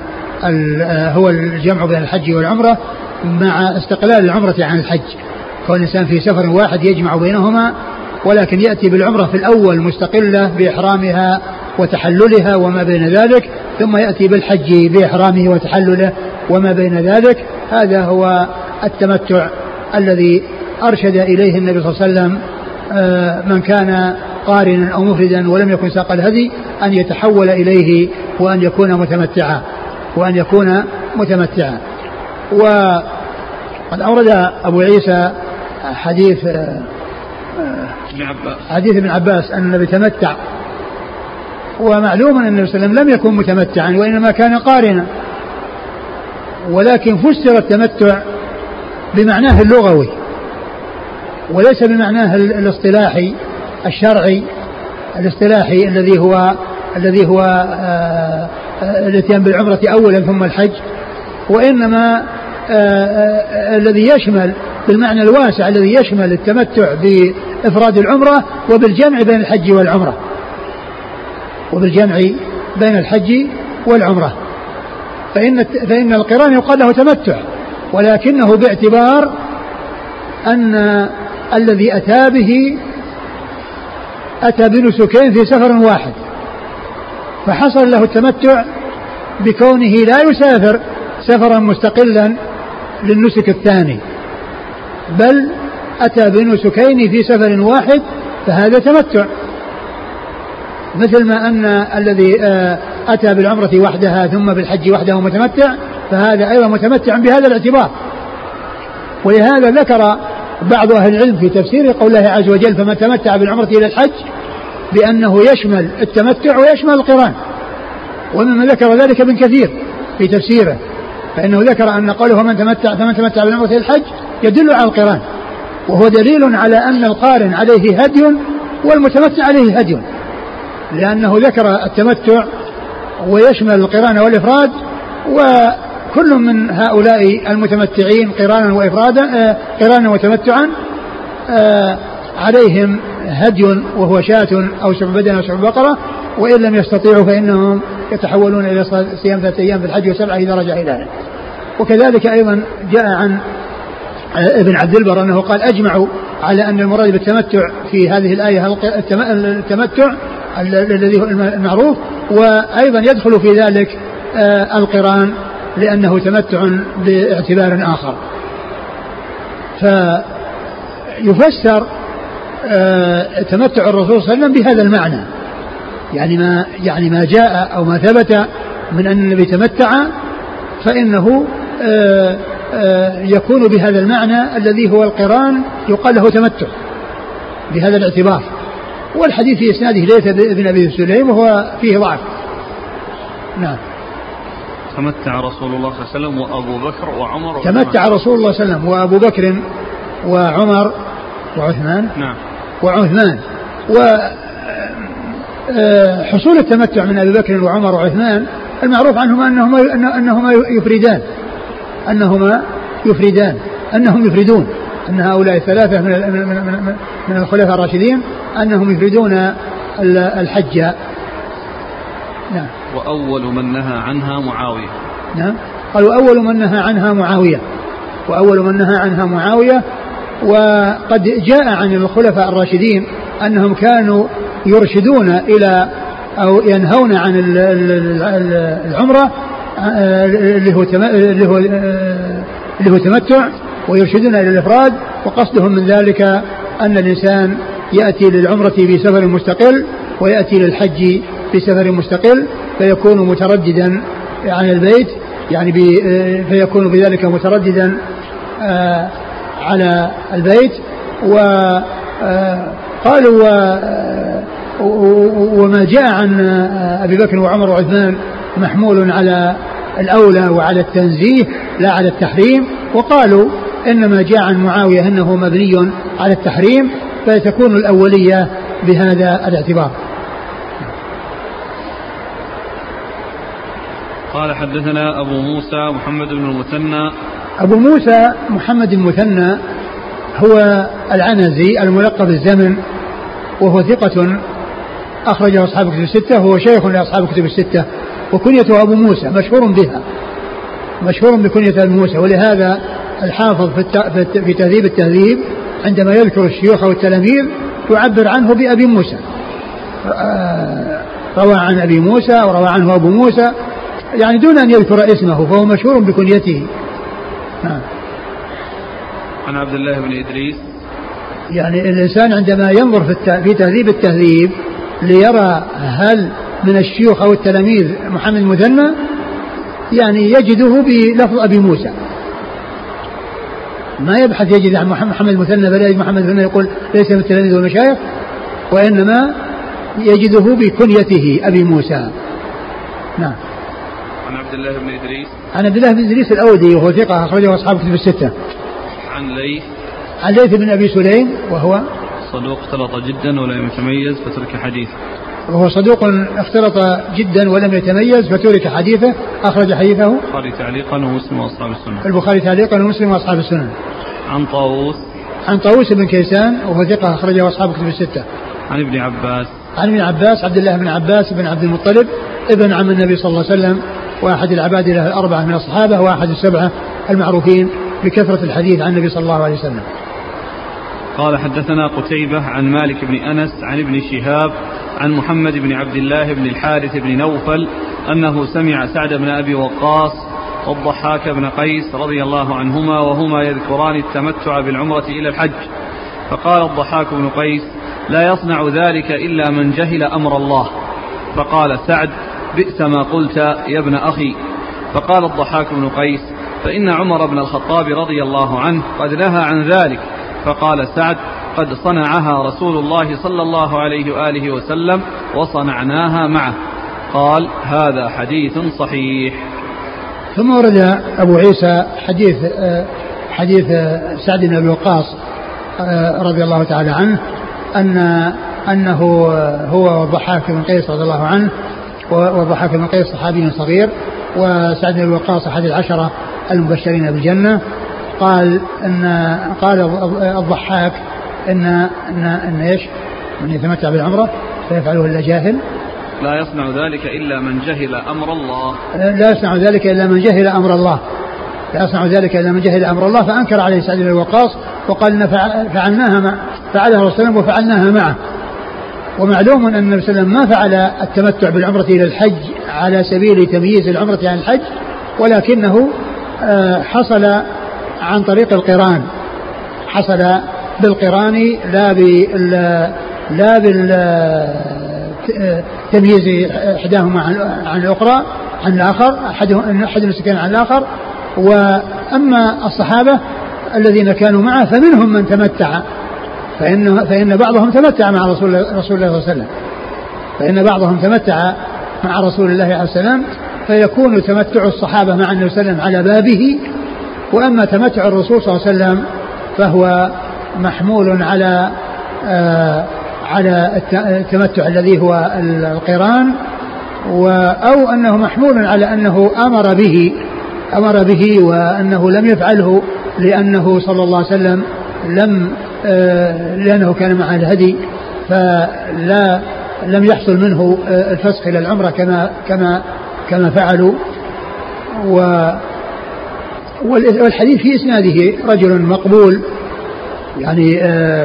الحج والعمرة مع استقلال العمرة عن الحج، كون الإنسان في سفر واحد يجمع بينهما، ولكن يأتي بالعمرة في الأول مستقلة بإحرامها وتحللها وما بين ذلك، ثم يأتي بالحج بإحرامه وتحلله وما بين ذلك. هذا هو التمتع الذي أرشد إليه النبي صلى الله عليه وسلم من كان قارنا أو مفردا ولم يكن ساق الهدي أن يتحول إليه وأن يكون متمتعا. وقد أورد أبو عيسى حديث ابن عباس أن النبي تمتع، ومعلوم أن النبي صلى الله عليه وسلم لم يكن متمتعا وإنما كان قارنا، ولكن فسر التمتع بمعناه اللغوي وليس بمعناه الاصطلاحي الشرعي الاصطلاحي الذي هو الاتيان بالعمرة أولا ثم الحج، وإنما الذي يشمل بالمعنى الواسع الذي يشمل التمتع بإفراد العمرة وبالجمع بين الحج والعمرة. فإن القران يقال له تمتع، ولكنه باعتبار أن الذي أتى به أتى بنسكين في سفر واحد، فحصل له التمتع بكونه لا يسافر سفرا مستقلا للنسك الثاني، بل أتى بنسكين في سفر واحد، فهذا تمتع. مثل ما أن الذي أتى بالعمرة وحدها ثم بالحج وحده متمتع، فهذا أيضا متمتع بهذا الاعتبار. ولهذا ذكر بعض أهل العلم في تفسير قول الله عز وجل فمن تمتع بالعمرة إلى الحج بأنه يشمل التمتع ويشمل القران، ومما ذكر ذلك ابن كثير في تفسيره، فإنه ذكر أن قوله فمن تمتع بالعمرة إلى الحج يدل على القران، وهو دليل على أن القارن عليه هدي والمتمتع عليه هدي، لأنه ذكر التمتع ويشمل القران والإفراد، وكل من هؤلاء المتمتعين قرانا وتمتعا عليهم هدي وهو شاة أو سبع بدن أو سبع بقرة، وإن لم يستطيعوا فإنهم يتحولون إلى صيام 3 أيام في الحج و7 إذا رجع إلى ذلك. وكذلك أيضا جاء عن ابن عبد البر أنه قال أجمعوا على أن المراد بالتمتع في هذه الآية التمتع الذي هو المعروف، وأيضا يدخل في ذلك القران لأنه تمتع باعتبار آخر. فيفسر تمتع الرسول صلى الله عليه وسلم بهذا المعنى، يعني ما جاء أو ما ثبت من أن النبي تمتع فإنه يكون بهذا المعنى الذي هو القران يقال له تمتع بهذا الاعتبار. والحديث في إسناده ليس ابن أبي سليم وهو فيه ضعف. نعم. تمتع رسول الله صلى الله عليه وسلم وأبو بكر وعمر تمتع رسول الله صلى الله عليه وسلم وأبو بكر وعمر وعثمان. نعم. وعثمان. وحصول التمتع من أبي بكر وعمر وعثمان المعروف عنهما أنهم يفردون أن هؤلاء الثلاثة من الخلفاء الراشدين أنهم يفردون الحج. نعم. وأول من نهى عنها معاوية. نعم. قالوا أول من نهى عنها معاوية. وقد جاء عن الخلفاء الراشدين أنهم كانوا يرشدون إلى أو ينهون عن العمرة اللي هو تمتع، ويرشدون إلى الإفراد، وقصدهم من ذلك أن الإنسان يأتي للعمرة بسفر مستقل ويأتي للحج بسفر مستقل، فيكون مترددا عن البيت، يعني فيكون بذلك مترددا على البيت. وقالوا وما جاء عن أبي بكر وعمر وعثمان محمول على الأولى وعلى التنزيه لا على التحريم. وقالوا إنما جاء عن معاوية أنه مبني على التحريم، فتكون الأولية بهذا الاعتبار. قال حدثنا أبو موسى محمد بن المثنى. أبو موسى محمد المثنى هو العنزي الملقب بالزمن، وهو ثقة أخرجه أصحاب كتب الستة، هو شيخ لأصحاب كتب الستة، وكنيته أبو موسى مشهور بها، مشهور بكنية أبو موسى. ولهذا الحافظ في تهذيب التهذيب عندما يذكر الشيوخ والتلاميذ يعبر عنه بأبي موسى، روى عن أبي موسى وروى عنه أبو موسى، يعني دون أن يذكر اسمه، فهو مشهور بكنيته. عن عبد الله بن إدريس. يعني الإنسان عندما ينظر في تهذيب التهذيب ليرى هل من الشيوخ أو التلاميذ محمد المثنى، يعني يجده بلفظ أبي موسى، ما يبحث يجد عن محمد المثنى بل يجد محمد المثنى يقول ليس من التلاميذ والمشايخ، وإنما يجده بكنيته أبي موسى. نعم. عن عبد الله بن إدريس. عن عبد الله بن إدريس الأودي وهو ثقة أخرجه أصحاب كتب الستة. عن ليث. عن ليث بن أبي سليم وهو صدوق اختلط جدا ولم يتميز فترك حديثه. وهو صدوق اختلط جدا ولم يتميز فترك حديثه. أخرج حديثه البخاري تعليقا ومسلم وأصحاب السنن. البخاري تعليقا ومسلم وأصحاب السنن. عن طاووس. عن طاووس بن كيسان وهو ثقة أخرجه أصحاب كتب الستة. عن ابن عباس. عن ابن عباس عبد الله بن عباس بن عبد المطلب ابن عم النبي صلى الله عليه وسلم، وأحد العباد له الأربعة من الصحابة، وأحد السبعة المعروفين بكثرة الحديث عن النبي صلى الله عليه وسلم. قال حدثنا قتيبة عن مالك بن أنس عن ابن شهاب عن محمد بن عبد الله بن الحارث بن نوفل أنه سمع سعد بن أبي وقاص والضحاك بن قيس رضي الله عنهما وهما يذكران التمتع بالعمرة إلى الحج، فقال الضحاك بن قيس: لا يصنع ذلك إلا من جهل أمر الله. فقال سعد: بئس ما قلت يا ابن أخي. فقال الضحاك بن قيس: فإن عمر بن الخطاب رضي الله عنه قد نهى عن ذلك. فقال سعد: قد صنعها رسول الله صلى الله عليه وآله وسلم وصنعناها معه. قال: هذا حديث صحيح. ثم ورد أبو عيسى حديث سعد بن أبي وقاص رضي الله تعالى عنه أنه هو والضحاك بن قيس رضي الله عنه، والضحاك بن قيس صحابي صغير، وسعد بن أبي وقاص أحد العشرة المبشرين بالجنة. قال الضحاك إن إيش؟ من يتمتع بالعمرة فيفعله إلا جاهل. لا يصنع ذلك إلا من جهل أمر الله. لا يصنع ذلك إلا من جهل أمر الله. لا يصنع ذلك إلا من جهل أمر الله. فأنكر عليه سعد بن وقاص وقال إن فعلها الرسول الله وفعلناها معه. ومعلوم أن النبي صلى الله عليه وسلم ما فعل التمتع بالعمرة إلى الحج على سبيل تمييز العمرة عن الحج، ولكنه حصل عن طريق القران، حصل بالقران لا بالتمييز إحداهما عن الأخرى عن الآخر، أحد المسكين عن الآخر. وأما الصحابة الذين كانوا معه فمنهم من تمتع، فإن بعضهم تمتع مع رسول الله صلى الله عليه وسلم، فإن بعضهم تمتع مع رسول الله عليه السلام، فيكون تمتع الصحابة مع النبي صلى الله عليه وسلم على بابه. وأما تمتع الرسول صلى الله عليه وسلم فهو محمول على التمتع الذي هو القران، أو أنه محمول على أنه أمر به وأنه لم يفعله لأنه صلى الله عليه وسلم لأنه كان مع الهدي لم يحصل منه الفسخ إلى العمرة كما فعلوا. والحديث في إسناده رجل مقبول، يعني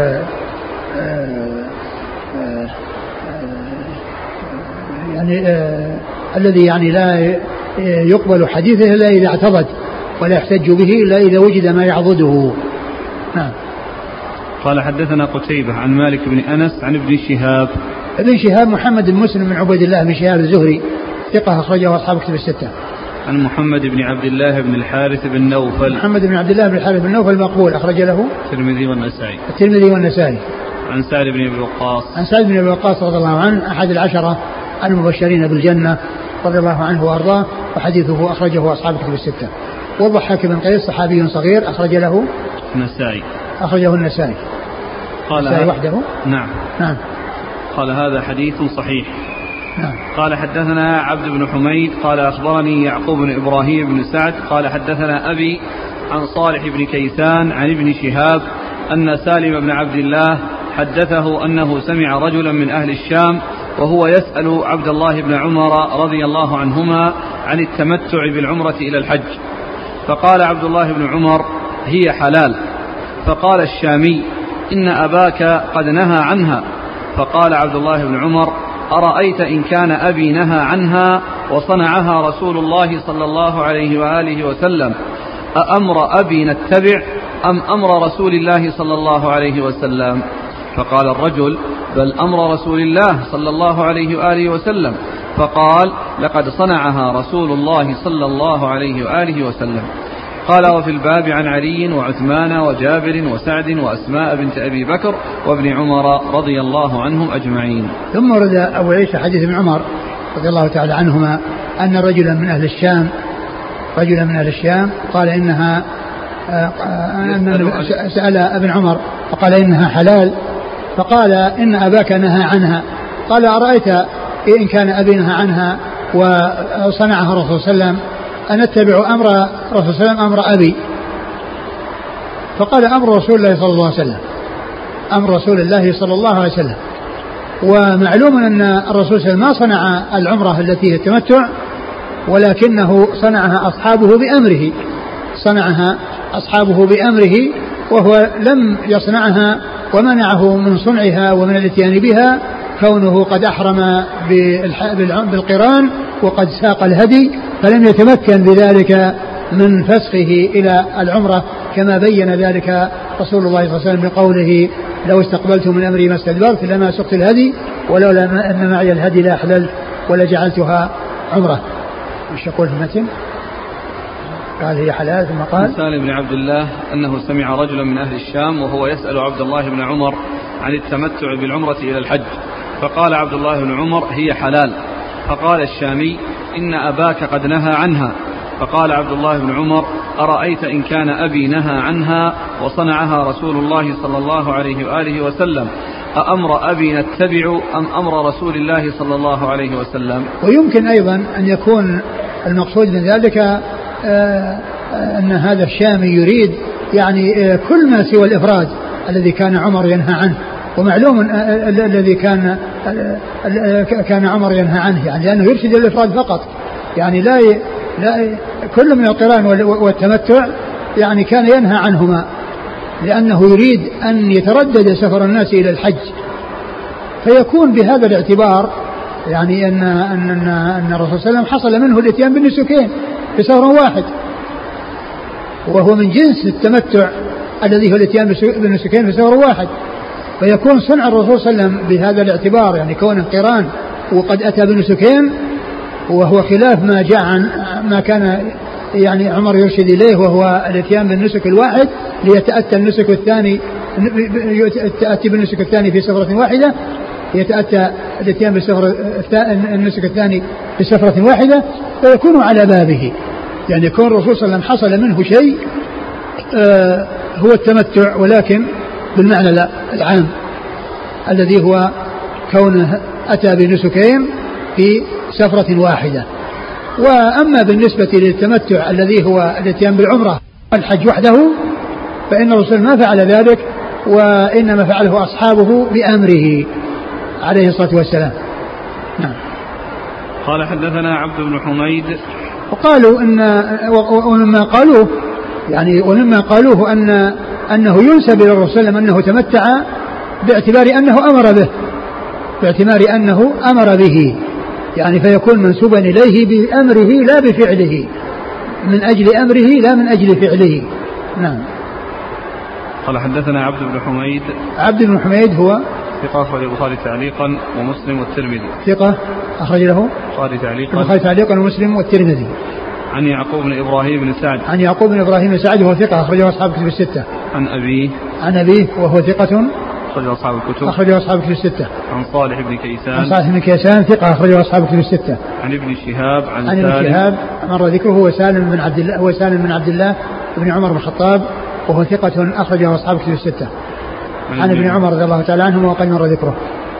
الذي يعني لا يقبل حديثه إلا إذا اعتضد، ولا يحتج به إلا إذا وجد ما يعضده. نعم. قال حدثنا قتيبة عن مالك بن أنس عن ابن شهاب. ابن شهاب محمد بن مسلم بن عبيد الله بن شهاب الزهري ثقة أخرجه أصحاب كتب الستة. عن محمد بن عبد الله بن الحارث بن نوفل. محمد بن عبد الله بن الحارث بن نوفل مقبول أخرج له الترمذي والنسائي. عن سعد بن أبي وقاص. عن سعد بن أبي وقاص رضي الله عنه أحد العشرة المبشرين بالجنة رضي الله عنه وأرضاه، وحديثه أخرجه أصحاب كتب الستة. والضحاك بن قيس صحابي صغير أخرجه النسائي. قال النسائي وحده. نعم. قال هذا حديث صحيح. نعم. قال حدثنا عبد بن حميد قال أخبرني يعقوب بن إبراهيم بن سعد قال حدثنا أبي عن صالح بن كيسان عن ابن شهاب أن سالم بن عبد الله حدثه أنه سمع رجلا من أهل الشام وهو يسأل عبد الله بن عمر رضي الله عنهما عن التمتع بالعمرة إلى الحج، فقال عبد الله بن عمر: هي حلال. فقال الشامي: إن أباك قد نهى عنها. فقال عبد الله بن عمر: أرأيت إن كان أبي نهى عنها وصنعها رسول الله صلى الله عليه وآله وسلم، أأمر أبي نتبع أم أمر رسول الله صلى الله عليه وسلم؟ فقال الرجل: بل أمر رسول الله صلى الله عليه وآله وسلم. فقال: لقد صنعها رسول الله صلى الله عليه وآله وسلم. قال: وفي الباب عن علي وعثمان وجابر وسعد وأسماء بنت أبي بكر وابن عمر رضي الله عنهم أجمعين. ثم ورد أبو عيسى حديث ابن عمر رضي الله تعالى عنهما أن رجلا من أهل الشام قال إنها سأل ابن عمر فقال إنها حلال، فقال: إن أباك نهى عنها. قال: أرأيت إن كان أبي نهى عنها وصنعها رسول صلى الله عليه وسلم أنتبع أمر رسول صلى الله عليه وسلم أمر أبي؟ فقال: أمر رسول الله صلى الله عليه وسلم. ومعلوم أن الرسول صلى الله عليه وسلم ما صنع العمرة التي هي التمتع، ولكنه صنعها أصحابه بأمره، وهو لم يصنعها ومنعه من صنعها ومن الاتيان بها كونه قد أحرم بالقران وقد ساق الهدي، فلم يتمكن بذلك من فسخه إلى العمرة كما بين ذلك رسول الله صلى الله عليه وسلم بقوله: لو استقبلت من أمري ما استدبرت لما سقت الهدي ولولا أن معي الهدي لا أحللت ولجعلتها عمرة. مش يقول في المتن؟ قال: هي حلال. ثم قال: سالم بن عبد الله أنه سمع رجلا من أهل الشام وهو يسأل عبد الله بن عمر عن التمتع بالعمرة إلى الحج، فقال عبد الله بن عمر: هي حلال. فقال الشامي: إن أباك قد نهى عنها. فقال عبد الله بن عمر: أرأيت إن كان أبي نهى عنها وصنعها رسول الله صلى الله عليه وآله وسلم، أأمر أبي نتبع أم أمر رسول الله صلى الله عليه وسلم؟ ويمكن أيضا أن يكون المقصود من ذلك أن هذا الشامي يريد يعني كل ما سوى الإفراد الذي كان عمر ينهى عنه، ومعلوم الذي كان عمر ينهى عنه، يعني لأنه يرشد الإفراد فقط، يعني لا كل من القران والتمتع يعني كان ينهى عنهما، لأنه يريد أن يتردد سفر الناس إلى الحج، فيكون بهذا الاعتبار يعني أن الرسول صلى الله عليه وسلم حصل منه الاتيان بالنسكين في سفر واحد، وهو من جنس التمتع الذي هو الاتيان بالنسكين في سفر واحد، فيكون صنع الرسول صلى الله عليه وسلم بهذا الاعتبار يعني كونه قران وقد أتى بالنسكين، وهو خلاف ما جاء عن ما كان يعني عمر يرشد إليه، وهو الاتيان بالنسك الواحد ليتأتى النسك الثاني بالنسك الثاني في سفرة واحدة، يتأتى الاتيان النسك الثاني في سفرة واحدة، فيكون على بابه، يعني يكون الرسول صلى الله عليه وسلم حصل منه شيء هو التمتع، ولكن بالمعنى العام الذي هو كونه أتى بنسكين في سفرة واحدة. وأما بالنسبة للتمتع الذي هو الاتيان بالعمرة الحج وحده فإن الرسول ما فعل ذلك، وإنما فعله أصحابه بأمره عليه الصلاة والسلام. نعم. قال: حدثنا عبد بن حميد. وقالوا ومما قالوه أنه ينسب إلى الرسول أنه تمتع باعتبار أنه أمر به، يعني فيكون منسوبا إليه بأمره لا بفعله، من أجل أمره لا من أجل فعله. نعم. قال: حدثنا عبد بن حميد هو ثقة أخرج البخاري تعليقا ومسلم والترمذي. ثقة أخرج له البخاري تعليقا ومسلم والترمذي. عن يعقوب بن إبراهيم بن سعد وهو ثقة أخرجه أصحاب كتب الستة. عن أبيه وهو ثقة أخرجه أصحاب الكتب. أخرجه أصحاب الكتب الستة. عن صالح بن كيسان. عن صالح بن كيسان ثقة أخرجه أصحاب الكتب الستة. عن ابن شهاب. عن ابن شهاب مر ذكره هو سالم بن عبد الله بن عمر بن الخطاب وهو ثقة أخرجه أصحاب الكتب الستة. عن ابن عمر رضي الله تعالى عنهما وقد مر ذكره.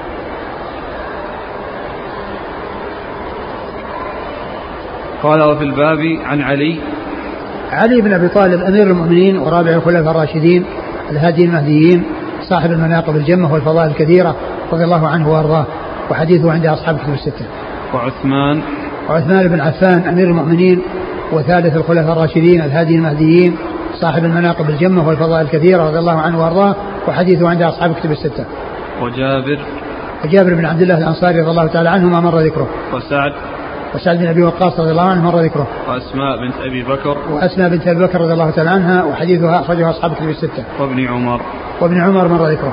قال وفي الباب عن علي بن أبي طالب أمير المؤمنين ورابع الخلفاء الراشدين الهادي المهديين صاحب المناقب الجمة والفضائل الكثيرة رضي الله عنه وأرضاه وحديثه عند أصحاب الكتب الستة. وعثمان بن عفان أمير المؤمنين وثالث الخلفاء الراشدين الهادي المهديين صاحب المناقب الجمة والفضائل الكثيرة رضي الله عنه وأرضاه وحديثه عند أصحاب الكتب الستة. وجابر بن عبد الله الأنصاري رضي الله تعالى عنه ما مر ذكره. وسعد بن أبي وقاص رضي الله عنه مر ذكره. وأسماء بنت أبي بكر رضي الله تعالى عنها وحديثها أخرجها أصحاب الكتب الستة. وابن عمر مر ذكره.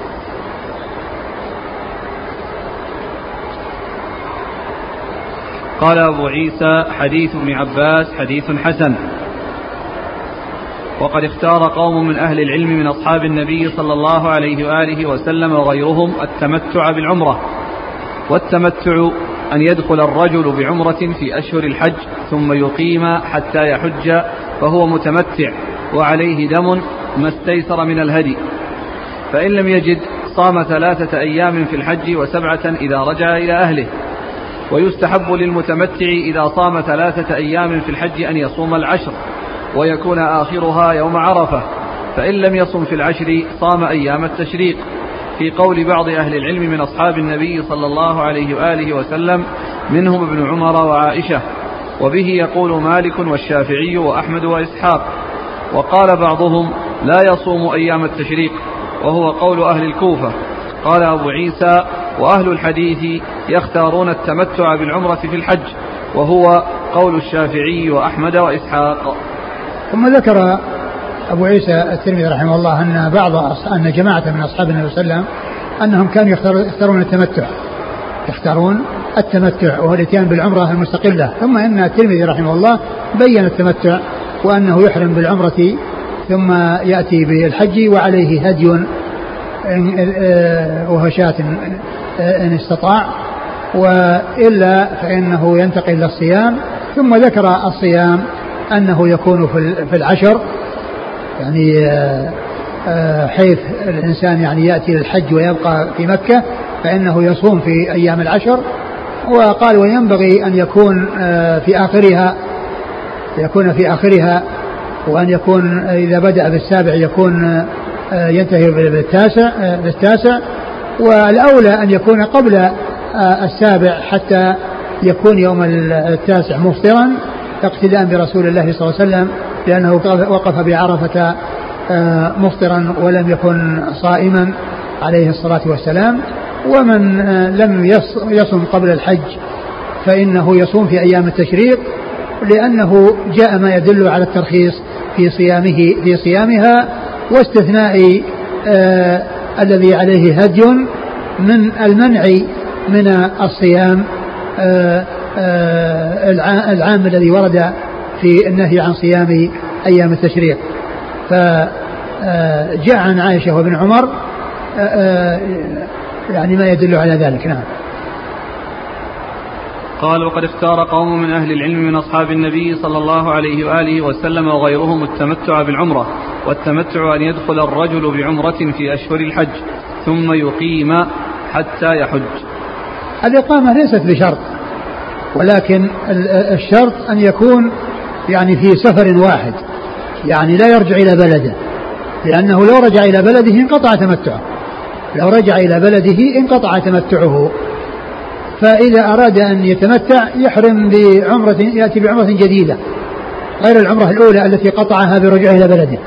قال أبو عيسى حديث ابن عباس حديث حسن. وقد اختار قوم من أهل العلم من أصحاب النبي صلى الله عليه وآله وسلم وغيرهم التمتع بالعمرة. والتمتع أن يدخل الرجل بعمرة في أشهر الحج ثم يقيم حتى يحج فهو متمتع وعليه دم ما استيسر من الهدي، فإن لم يجد صام 3 أيام في الحج و7 إذا رجع إلى أهله. ويستحب للمتمتع إذا صام 3 أيام في الحج أن يصوم 10 ويكون آخرها يوم عرفة، فإن لم يصم في 10 صام أيام التشريق، في قول بعض أهل العلم من أصحاب النبي صلى الله عليه وآله وسلم منهم ابن عمر وعائشة. وبه يقول مالك والشافعي وأحمد وإسحاق. وقال بعضهم لا يصوم أيام التشريق وهو قول أهل الكوفة. قال أبو عيسى وأهل الحديث يختارون التمتع بالعمرة في الحج وهو قول الشافعي وأحمد وإسحاق. ثم ذكر أبو عيسى الترمذي رحمه الله أن جماعة من أصحاب النبي صلى الله عليه وسلم أنهم كانوا يختارون التمتع وهو الاتيان بالعمرة المستقلة. ثم إن الترمذي رحمه الله بين التمتع وأنه يحرم بالعمرة ثم يأتي بالحج وعليه هدي وهو شاة إن استطاع، وإلا فإنه ينتقل إلى الصيام. ثم ذكر الصيام أنه يكون في 10 يعني حيث الإنسان يعني يأتي للحج ويبقى في مكة فإنه يصوم في أيام 10. وقال وينبغي أن يكون في آخرها وأن يكون إذا بدأ بال7 يكون ينتهي بالتاسع، والأولى أن يكون قبل 7 حتى يكون يوم 9 مفطرا اقتداء برسول الله صلى الله عليه وسلم لأنه وقف بعرفة مفطرا ولم يكن صائما عليه الصلاة والسلام. ومن لم يصم قبل الحج فإنه يصوم في أيام التشريق لأنه جاء ما يدل على الترخيص في صيامها واستثناء الذي عليه هدي من المنع من الصيام العام الذي ورد في النهي عن صيام أيام التشريق. فجاء عن عائشة وابن عمر يعني ما يدل على ذلك. نعم. قال وقد اختار قوم من أهل العلم من أصحاب النبي صلى الله عليه وآله وسلم وغيرهم التمتع بالعمرة. والتمتع أن يدخل الرجل بعمرة في أشهر الحج ثم يقيم حتى يحج. الإقامة ليست بشرط، ولكن الشرط أن يكون يعني في سفر واحد، يعني لا يرجع إلى بلده، لأنه لو رجع إلى بلده انقطع تمتعه. فإذا أراد أن يتمتع يحرم بعمرة، يأتي بعمرة جديدة غير العمرة الأولى التي قطعها برجوعه إلى بلده.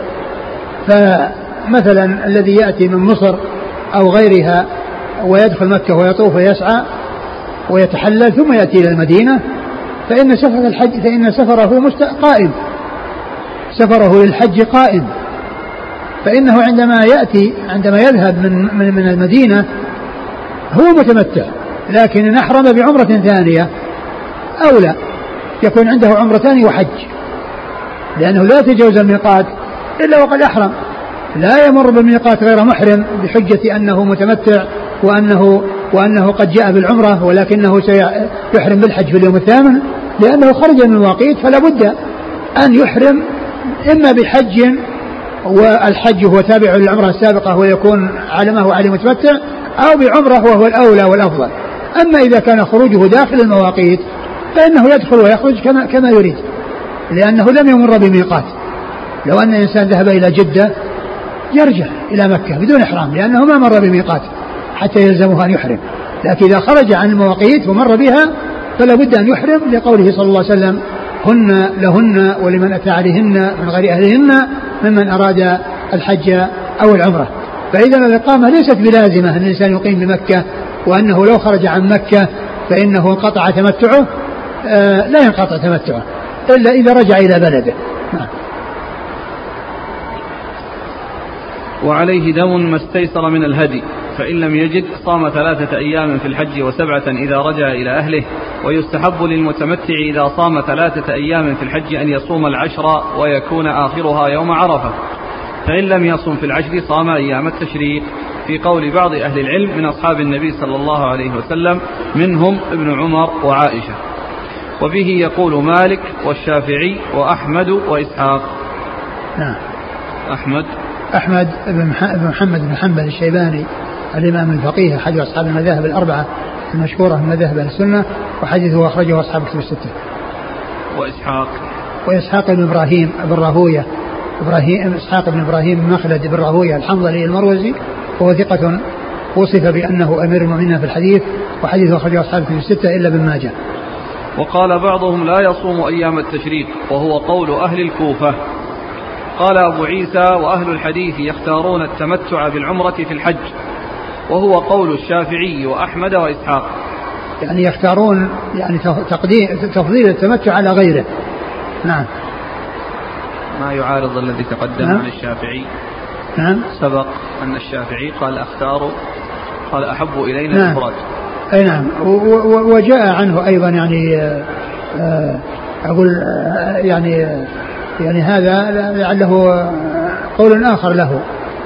فمثلا الذي يأتي من مصر أو غيرها ويدخل مكة ويطوف ويسعى ويتحلل ثم يأتي إلى المدينة فإن سفره قائم، سفره للحج قائم. فإنه عندما يذهب من المدينة هو متمتع، لكن إن أحرم بعمرة ثانية أولى يكون عنده عمرتان وحج، لأنه لا يتجاوز الميقات إلا وقد أحرم، لا يمر بالميقات غير محرم بحجة أنه متمتع وأنه قد جاء بالعمرة ولكنه سيحرم بالحج في اليوم الثامن، لأنه خرج من المواقيت فلا بد أن يحرم إما بحج والحج هو تابع للعمرة السابقة ويكون على ما هو عليه متمتع، أو بعمرة وهو الأولى والأفضل. أما إذا كان خروجه داخل المواقيت فإنه يدخل ويخرج كما يريد، لأنه لم يمر بميقات. لو أن إنسان ذهب إلى جدة يرجع إلى مكة بدون إحرام لأنه ما مر بميقات حتى يلزمه أن يحرم، لكن إذا خرج عن المواقيت ومر بها فلا بد أن يحرم، لقوله صلى الله عليه وسلم: هن لهن ولمن أتى عليهن من غير أهلهن ممن أراد الحج أو العمرة. فإذا الإقامة ليست بلازمة أن الإنسان يقيم بمكة، وأنه لو خرج عن مكة فإنه انقطع تمتعه، لا ينقطع تمتعه إلا إذا رجع إلى بلده. وعليه دم ما استيسر من الهدي، فإن لم يجد صام 3 أيام في الحج و7 إذا رجع إلى أهله. ويستحب للمتمتع إذا صام 3 أيام في الحج أن يصوم 10 ويكون آخرها يوم عرفة، فإن لم يصم في 10 صام أيام التشريق، في قول بعض أهل العلم من أصحاب النبي صلى الله عليه وسلم منهم ابن عمر وعائشة. وبه يقول مالك والشافعي وأحمد وإسحاق. أحمد بن محمد بن حنبل الشيباني الإمام الفقيه أحد أصحاب المذاهب الأربعة المشهورة من مذاهب السنة، وحديثه أخرجه أصحاب الكتب الستة. وإسحاق بن إبراهيم بن راهوية، إسحاق بن إبراهيم بن مخلد بن راهوية الحنظلي المروزي، وهو ثقة وصف بأنه أمير المؤمنين في الحديث، وحديثه أخرجه أصحاب الكتب الستة إلا ابن ماجه. وقال بعضهم لا يصوم أيام التشريق، وهو قول أهل الكوفة. قال أبو عيسى وأهل الحديث يختارون التمتع بالعمرة في الحج، وهو قول الشافعي وأحمد وإسحاق. يعني يختارون يعني تفضيل التمتع على غيره. نعم. ما يعارض الذي تقدم عن الشافعي. نعم. سبق أن الشافعي قال قال أحب إلينا الإفراد. أي نعم. وجاء عنه أيضا يعني أقول يعني هذا لعله قول آخر له.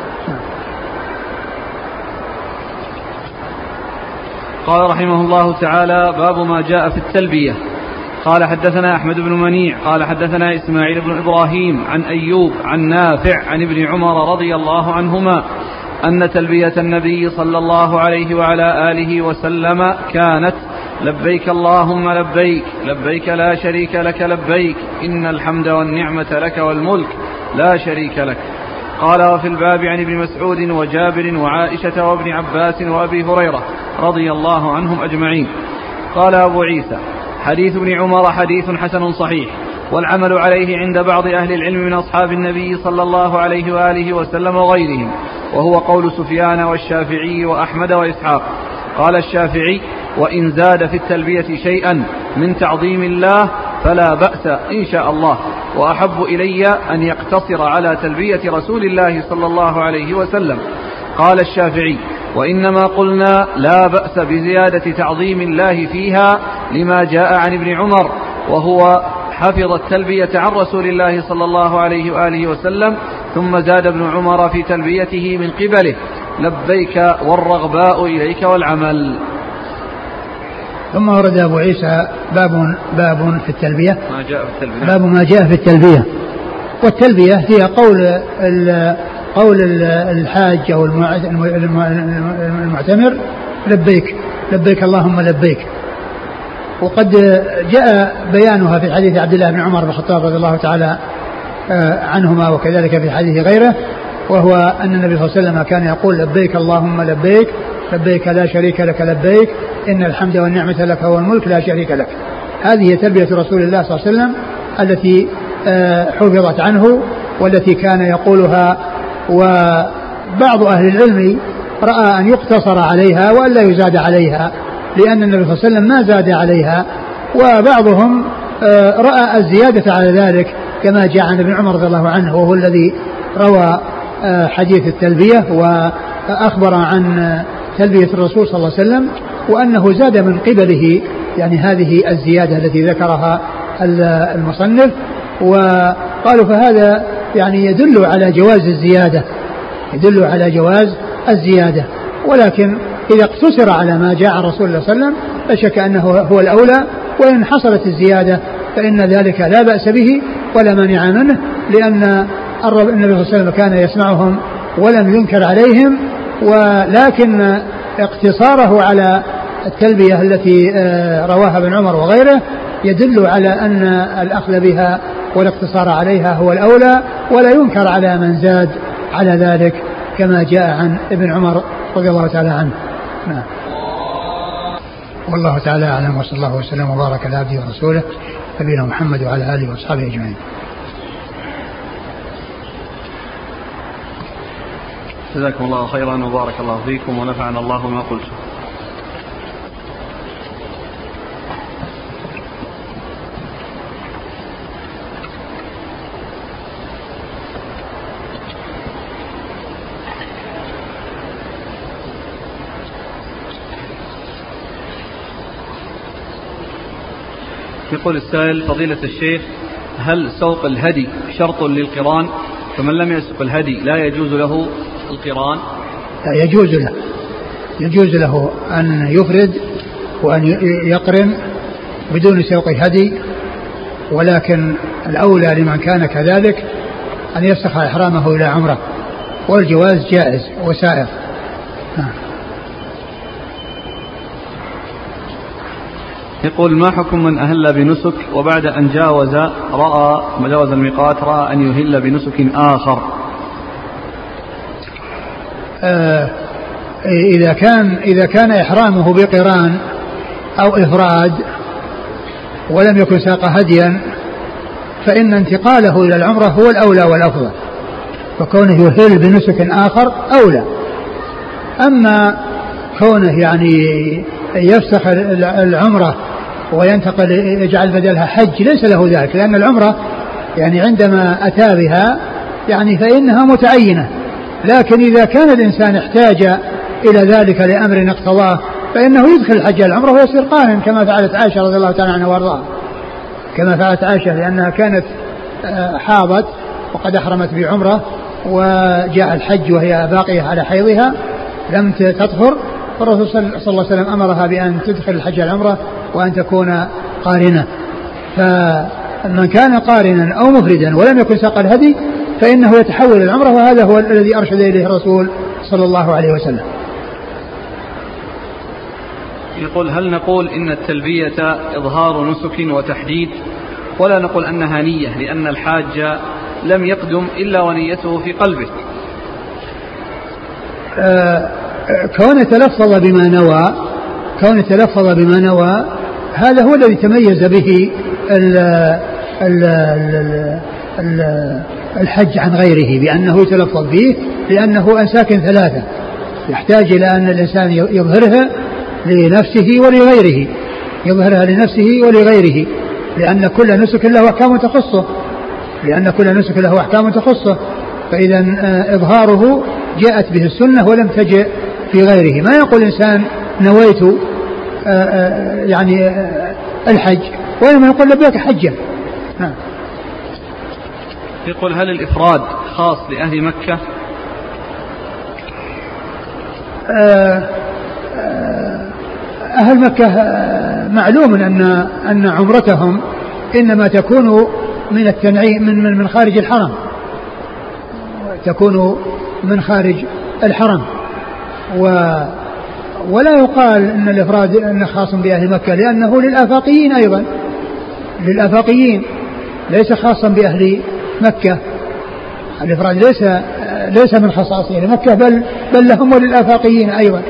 قال رحمه الله تعالى: باب ما جاء في التلبية. قال حدثنا أحمد بن منيع قال حدثنا إسماعيل بن إبراهيم عن أيوب عن نافع عن ابن عمر رضي الله عنهما أن تلبية النبي صلى الله عليه وعلى آله وسلم كانت: لبيك اللهم لبيك، لبيك لا شريك لك لبيك، إن الحمد والنعمة لك والملك لا شريك لك. قال: وفي الباب عن ابن مسعود وجابر وعائشة وابن عباس وأبي هريرة رضي الله عنهم أجمعين. قال أبو عيسى: حديث ابن عمر حديث حسن صحيح، والعمل عليه عند بعض أهل العلم من أصحاب النبي صلى الله عليه وآله وسلم وغيرهم، وهو قول سفيان والشافعي وأحمد وإسحاق. قال الشافعي: وإن زاد في التلبية شيئا من تعظيم الله فلا بأس إن شاء الله، وأحب إلي أن يقتصر على تلبية رسول الله صلى الله عليه وسلم. قال الشافعي: وإنما قلنا لا بأس بزيادة تعظيم الله فيها لما جاء عن ابن عمر، وهو حفظ التلبية عن رسول الله صلى الله عليه وآله وسلم. ثم زاد ابن عمر في تلبيته من قبله: لبيك والرغباء إليك والعمل. ثم ورد أبو عيسى باب في التلبية، باب ما جاء في التلبية. والتلبية هي قول الحاج أو المعتمر: لبيك لبيك اللهم لبيك. وقد جاء بيانها في حديث عبد الله بن عمر بن الخطاب رضي الله تعالى عنهما، وكذلك في حديث غيره، وهو أن النبي صلى الله عليه وسلم كان يقول: لبيك اللهم لبيك، لبيك لا شريك لك لبيك، إن الحمد والنعمة لك والملك لا شريك لك. هذه تلبية رسول الله صلى الله عليه وسلم التي حفظت عنه والتي كان يقولها. وبعض أهل العلم رأى أن يقتصر عليها وأن لا يزاد عليها، لأن النبي صلى الله عليه وسلم ما زاد عليها. وبعضهم رأى الزيادة على ذلك كما جاء عن ابن عمر رضي الله عنه، وهو الذي روى حديث التلبية وأخبر عن تلبية الرسول صلى الله عليه وسلم، وأنه زاد من قبله يعني هذه الزيادة التي ذكرها المصنف. وقالوا فهذا يعني يدل على جواز الزيادة يدل على جواز الزيادة. ولكن إذا اقتصر على ما جاء عن رسول الله صلى الله عليه وسلم لا شك أنه هو الأولى، وإن حصلت الزيادة فإن ذلك لا بأس به ولا مانع منه، لأن النبي صلى الله عليه وسلم كان يسمعهم ولم ينكر عليهم، ولكن اقتصاره على التلبية التي رواها ابن عمر وغيره يدل على أن الأخذ بها والاقتصار عليها هو الأولى، ولا ينكر على من زاد على ذلك كما جاء عن ابن عمر رضي الله تعالى عنه. نعم. والله تعالى أعلم، وصلى الله وسلم وبارك على عبده ورسوله نبينا محمد وعلى آله وأصحابه أجمعين. جزاكم الله خيرا وبارك الله فيكم ونفعنا الله ما قلت. يقول السائل: فضيلة الشيخ، هل سوق الهدي شرط للقران؟ فمن لم يسوق الهدي لا يجوز له القران؟ لا، يجوز له أن يفرد وأن يقرن بدون سوق هدي، ولكن الأولى لمن كان كذلك أن يفسخ إحرامه إلى عمره، والجواز جائز وسائر. يقول: ما حكم من أهل بنسك وبعد أن رأى الميقات رأى أن يهل بنسك آخر؟ إذا كان إحرامه بقران أو إفراد ولم يكن ساق هديا فإن انتقاله إلى العمرة هو الأولى والأفضل، فكونه يهل بنسك آخر أولى. أما كونه يعني يفسخ العمرة وينتقل يجعل بدلها حج ليس له ذلك، لأن العمرة يعني عندما أتى بها يعني فإنها متعينة، لكن إذا كان الإنسان احتاج إلى ذلك لأمر اقتضاه فإنه يدخل الحج العمرة ويصير قارن، كما فعلت عائشة رضي الله تعالى عنها وارضاها، كما فعلت عائشة لأنها كانت حاضت وقد أحرمت بعمرة وجاء الحج وهي باقية على حيضها لم تطهر، فالرسول صلى الله عليه وسلم أمرها بأن تدخل الحج العمرة وأن تكون قارنة. فمن كان قارنا أو مفردا ولم يكن ساق الهدي فإنه يتحول العمرة، وهذا هو الذي أرشد إليه الرسول صلى الله عليه وسلم. يقول: هل نقول إن التلبية إظهار نسك وتحديد، ولا نقول أنها نية لأن الحاج لم يقدم إلا ونيته في قلبه؟ كون تلفظ بما نوى هذا هو الذي تميز به الحج عن غيره، بأنه يتلفظ به لأنه أنساك ثلاثة يحتاج إلى أن الإنسان يظهرها لنفسه ولغيره، لأن كل نسك له أحكام تخصه، فإذا إظهاره جاءت به السنة ولم تجئ في غيره. ما يقول إنسان نويت يعني الحج وإنما يقول لبيك حجة. يقول: هل الإفراد خاص لأهل مكة؟ أهل مكة معلوم أن عمرتهم إنما تكون من التنعيم من خارج الحرم، تكون من خارج الحرم، ولا يقال أن الإفراد أنه خاص بأهل مكة، لأنه للآفاقيين أيضا، ليس خاصا بأهل مكة. الإفراد ليس من خصائص أهل مكة بل لهم وللآفاقيين أيضا.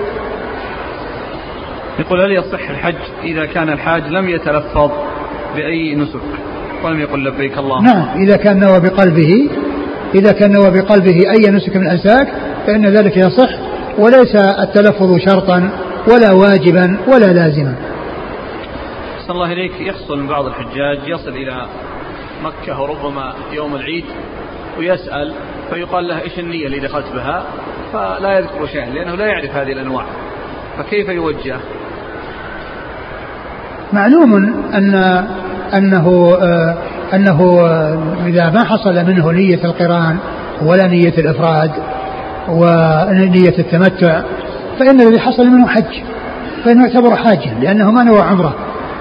يقول: هل يصح الحج إذا كان الحاج لم يتلفظ بأي نسك ولم يقل لبيك اللهم؟ نعم، إذا كان نوى بقلبه أي نسك من الأنساك فإن ذلك يصح، وليس التلفظ شرطا ولا واجبا ولا لازما. صلى الله إليك، يحصل من بعض الحجاج يصل إلى مكة وربما يوم العيد ويسأل فيقال له إيش النية اللي دخلت بها، فلا يذكر شيئا لأنه لا يعرف هذه الأنواع، فكيف يوجه؟ معلوم أنه إذا ما حصل منه نية القران ولا نية الإفراد ونية التمتع، فإن الذي حصل منه حج، فإنه يعتبر حاجا، لأنه ما نوى عمره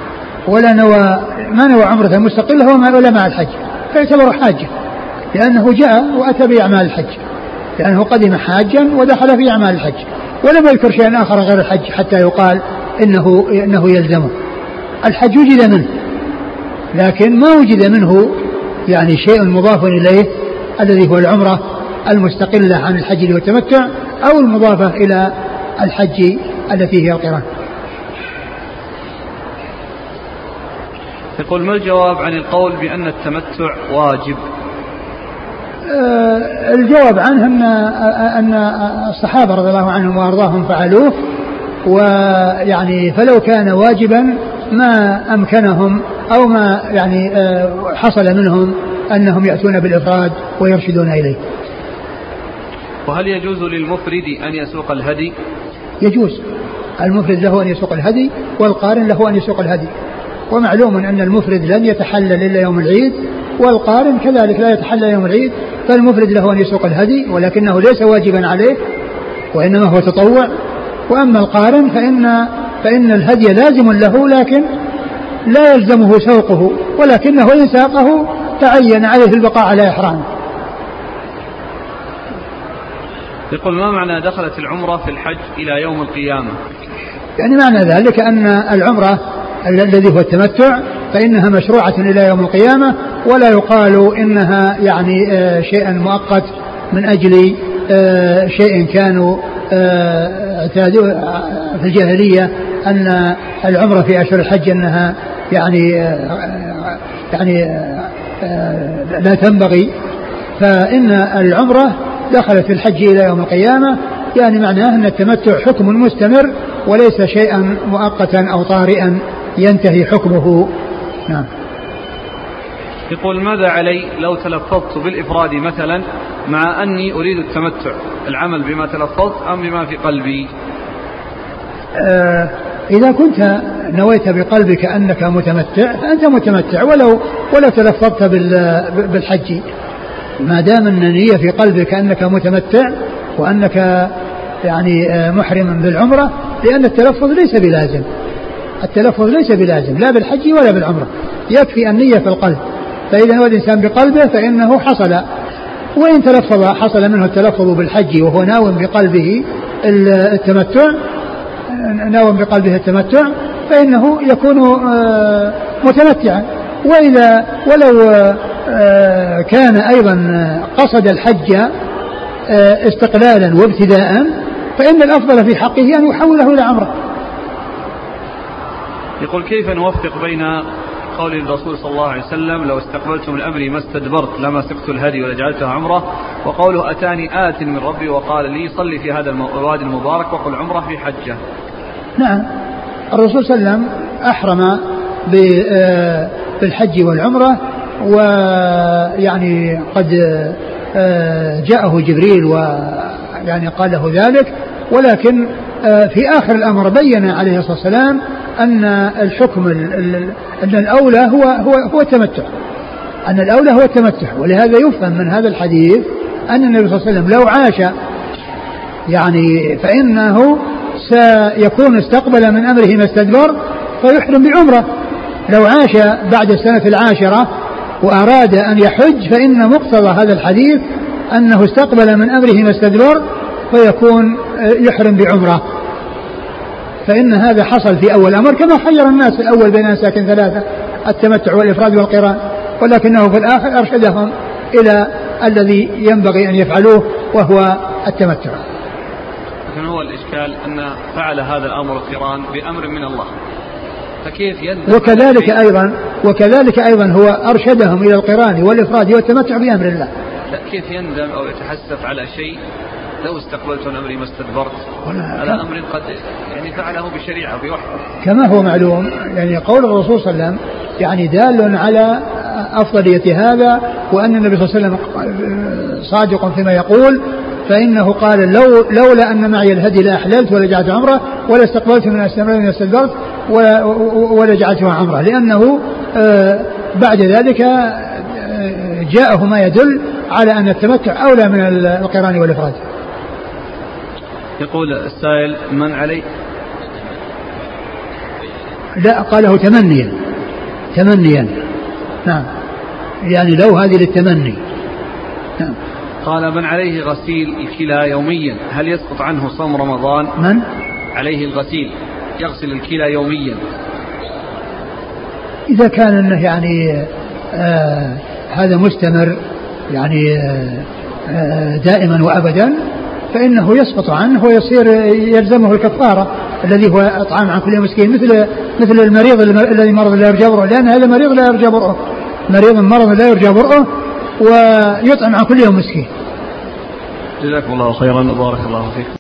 ما نوى عمرة مستقلة ولا مع الحج، فيعتبر حاجا لأنه جاء وأتى بأعمال الحج، لأنه قدم حاجا ودخل في أعمال الحج، ولم يذكر شيئا آخر غير الحج حتى يقال إنه يلزمه. الحج وجد منه، لكن ما وجد منه يعني شيء مضاف إليه الذي هو العمرة المستقلة عن الحج والتمتع، أو المضافة إلى الحج التي هي القران. يقول: ما الجواب عن القول بأن التمتع واجب؟ الجواب عنه أن الصحابة رضي الله عنهم وأرضاهم فعلوه، ويعني فلو كان واجبا ما أمكنهم أو ما يعني حصل منهم أنهم يأتون بالإفراد ويرشدون إليه. وهل يجوز للمفرد أن يسوق الهدي؟ يجوز، المفرد له أن يسوق الهدي، والقارن له أن يسوق الهدي، ومعلوم أن المفرد لن يتحلل إلا يوم العيد، والقارن كذلك لا يتحلل يوم العيد، فالمفرد له أن يسوق الهدي ولكنه ليس واجبا عليه وإنما هو تطوع. وأما القارن فإن الهدي لازم له لكن لا يلزمه سوقه، ولكنه إن ساقه تعين عليه البقاء على إحرامه. يقول: ما معنى دخلت العمرة في الحج إلى يوم القيامة؟ يعني معنى ذلك أن العمرة الذي هو التمتع فإنها مشروعة إلى يوم القيامة، ولا يقال إنها يعني شيئا مؤقت من أجل شيء كانوا اعتادوا في الجاهلية أن العمرة في أشهر الحج أنها يعني لا تنبغي. فإن العمرة دخلت الحج إلى يوم القيامة، يعني معناه أن التمتع حكم مستمر وليس شيئا مؤقتا أو طارئا ينتهي حكمه. نعم. يقول: ماذا علي لو تلفظت بالإفراد مثلا مع أني أريد التمتع، العمل بما تلفظت أم بما في قلبي؟ إذا كنت نويت بقلبك أنك متمتع فأنت متمتع ولو تلفظت بالحج، ما دام النية في قلبك أنك متمتع وأنك يعني محرم بالعمرة، لأن التلفظ ليس بلازم لا بالحج ولا بالعمرة، يكفي النية في القلب. فإذا نوى الإنسان بقلبه فإنه حصل، وإن تلفظ حصل منه التلفظ بالحج وهو ناو بقلبه التمتع فإنه يكون متمتعا. ولو كان أيضا قصد الحج استقلالا وابتداء فإن الأفضل في حقه أن يحوله إلى عمرة. يقول: كيف نوفق بين قول الرسول صلى الله عليه وسلم: لو استقبلت من أمري ما استدبرت لما سقت الهدي ولجعلتها عمرة، وقوله: أتاني آت من ربي وقال لي صلي في هذا الوادي المبارك وقل عمرة في حجة؟ نعم، الرسول صلى الله عليه وسلم أحرم بالحج والعمرة، ويعني قد جاءه جبريل ويعني قال له ذلك، ولكن في آخر الأمر بين عليه الصلاة والسلام أن الحكم أن الأولى هو التمتع، ولهذا يفهم من هذا الحديث أن النبي صلى الله عليه وسلم لو عاش يعني فإنه سيكون استقبل من أمره ما استدبر فيحرم بعمرة. لو عاش بعد السنة 10 وأراد أن يحج فإن مقتضى هذا الحديث أنه استقبل من أمره ما استدبر فيكون يحرم بعمرة. فإن هذا حصل في أول أمر، كما خير الناس الأول بين أمساك 3: التمتع والإفراد والقران، ولكنه في الآخر أرشدهم إلى الذي ينبغي أن يفعلوه وهو التمتع. لكن هو الإشكال أن فعل هذا الأمر القران بأمر من الله، فكيف يندم؟ وكذلك أيضا هو أرشدهم إلى القران والإفراد والتمتع بأمر الله. لا، كيف يندم أو يتحسف على شيء لو استقبلت من أمري ما استدبرت على أمر قد يعني فعله بشريعة بوحي؟ كما هو معلوم يعني قول الرسول صلى الله عليه وسلم يعني دال على أفضلية هذا، وأن النبي صلى الله عليه وسلم صادق فيما يقول، فإنه قال لولا أن معي الهدي لأحللت ولجعلت عمرة ولا استقبلت من أمري ما استدبرت ولجعلتها عمرة، لأنه بعد ذلك جاءه ما يدل على أن التمتع أولى من القران والإفراد. يقول السائل من عليه؟ لا قاله تمنيا نعم، يعني لو هذه للتمني نعم. قال من عليه غسيل الكلى يوميا هل يسقط عنه صوم رمضان؟ من عليه الغسيل يغسل الكلى يوميا، إذا كان أنه يعني هذا مستمر يعني دائما وأبدا فإنه يسقط عنه ويصير يلزمه الكفارة الذي هو إطعام عن كل مسكين، مثل المريض الذي مرض لا يرجى برؤه، لأن هذا مريض لا يرجى برؤه، مريض مرض لا يرجى برؤه ويطعم عن كل يوم مسكين. جزاكم الله خيرا وبارك الله فيكم.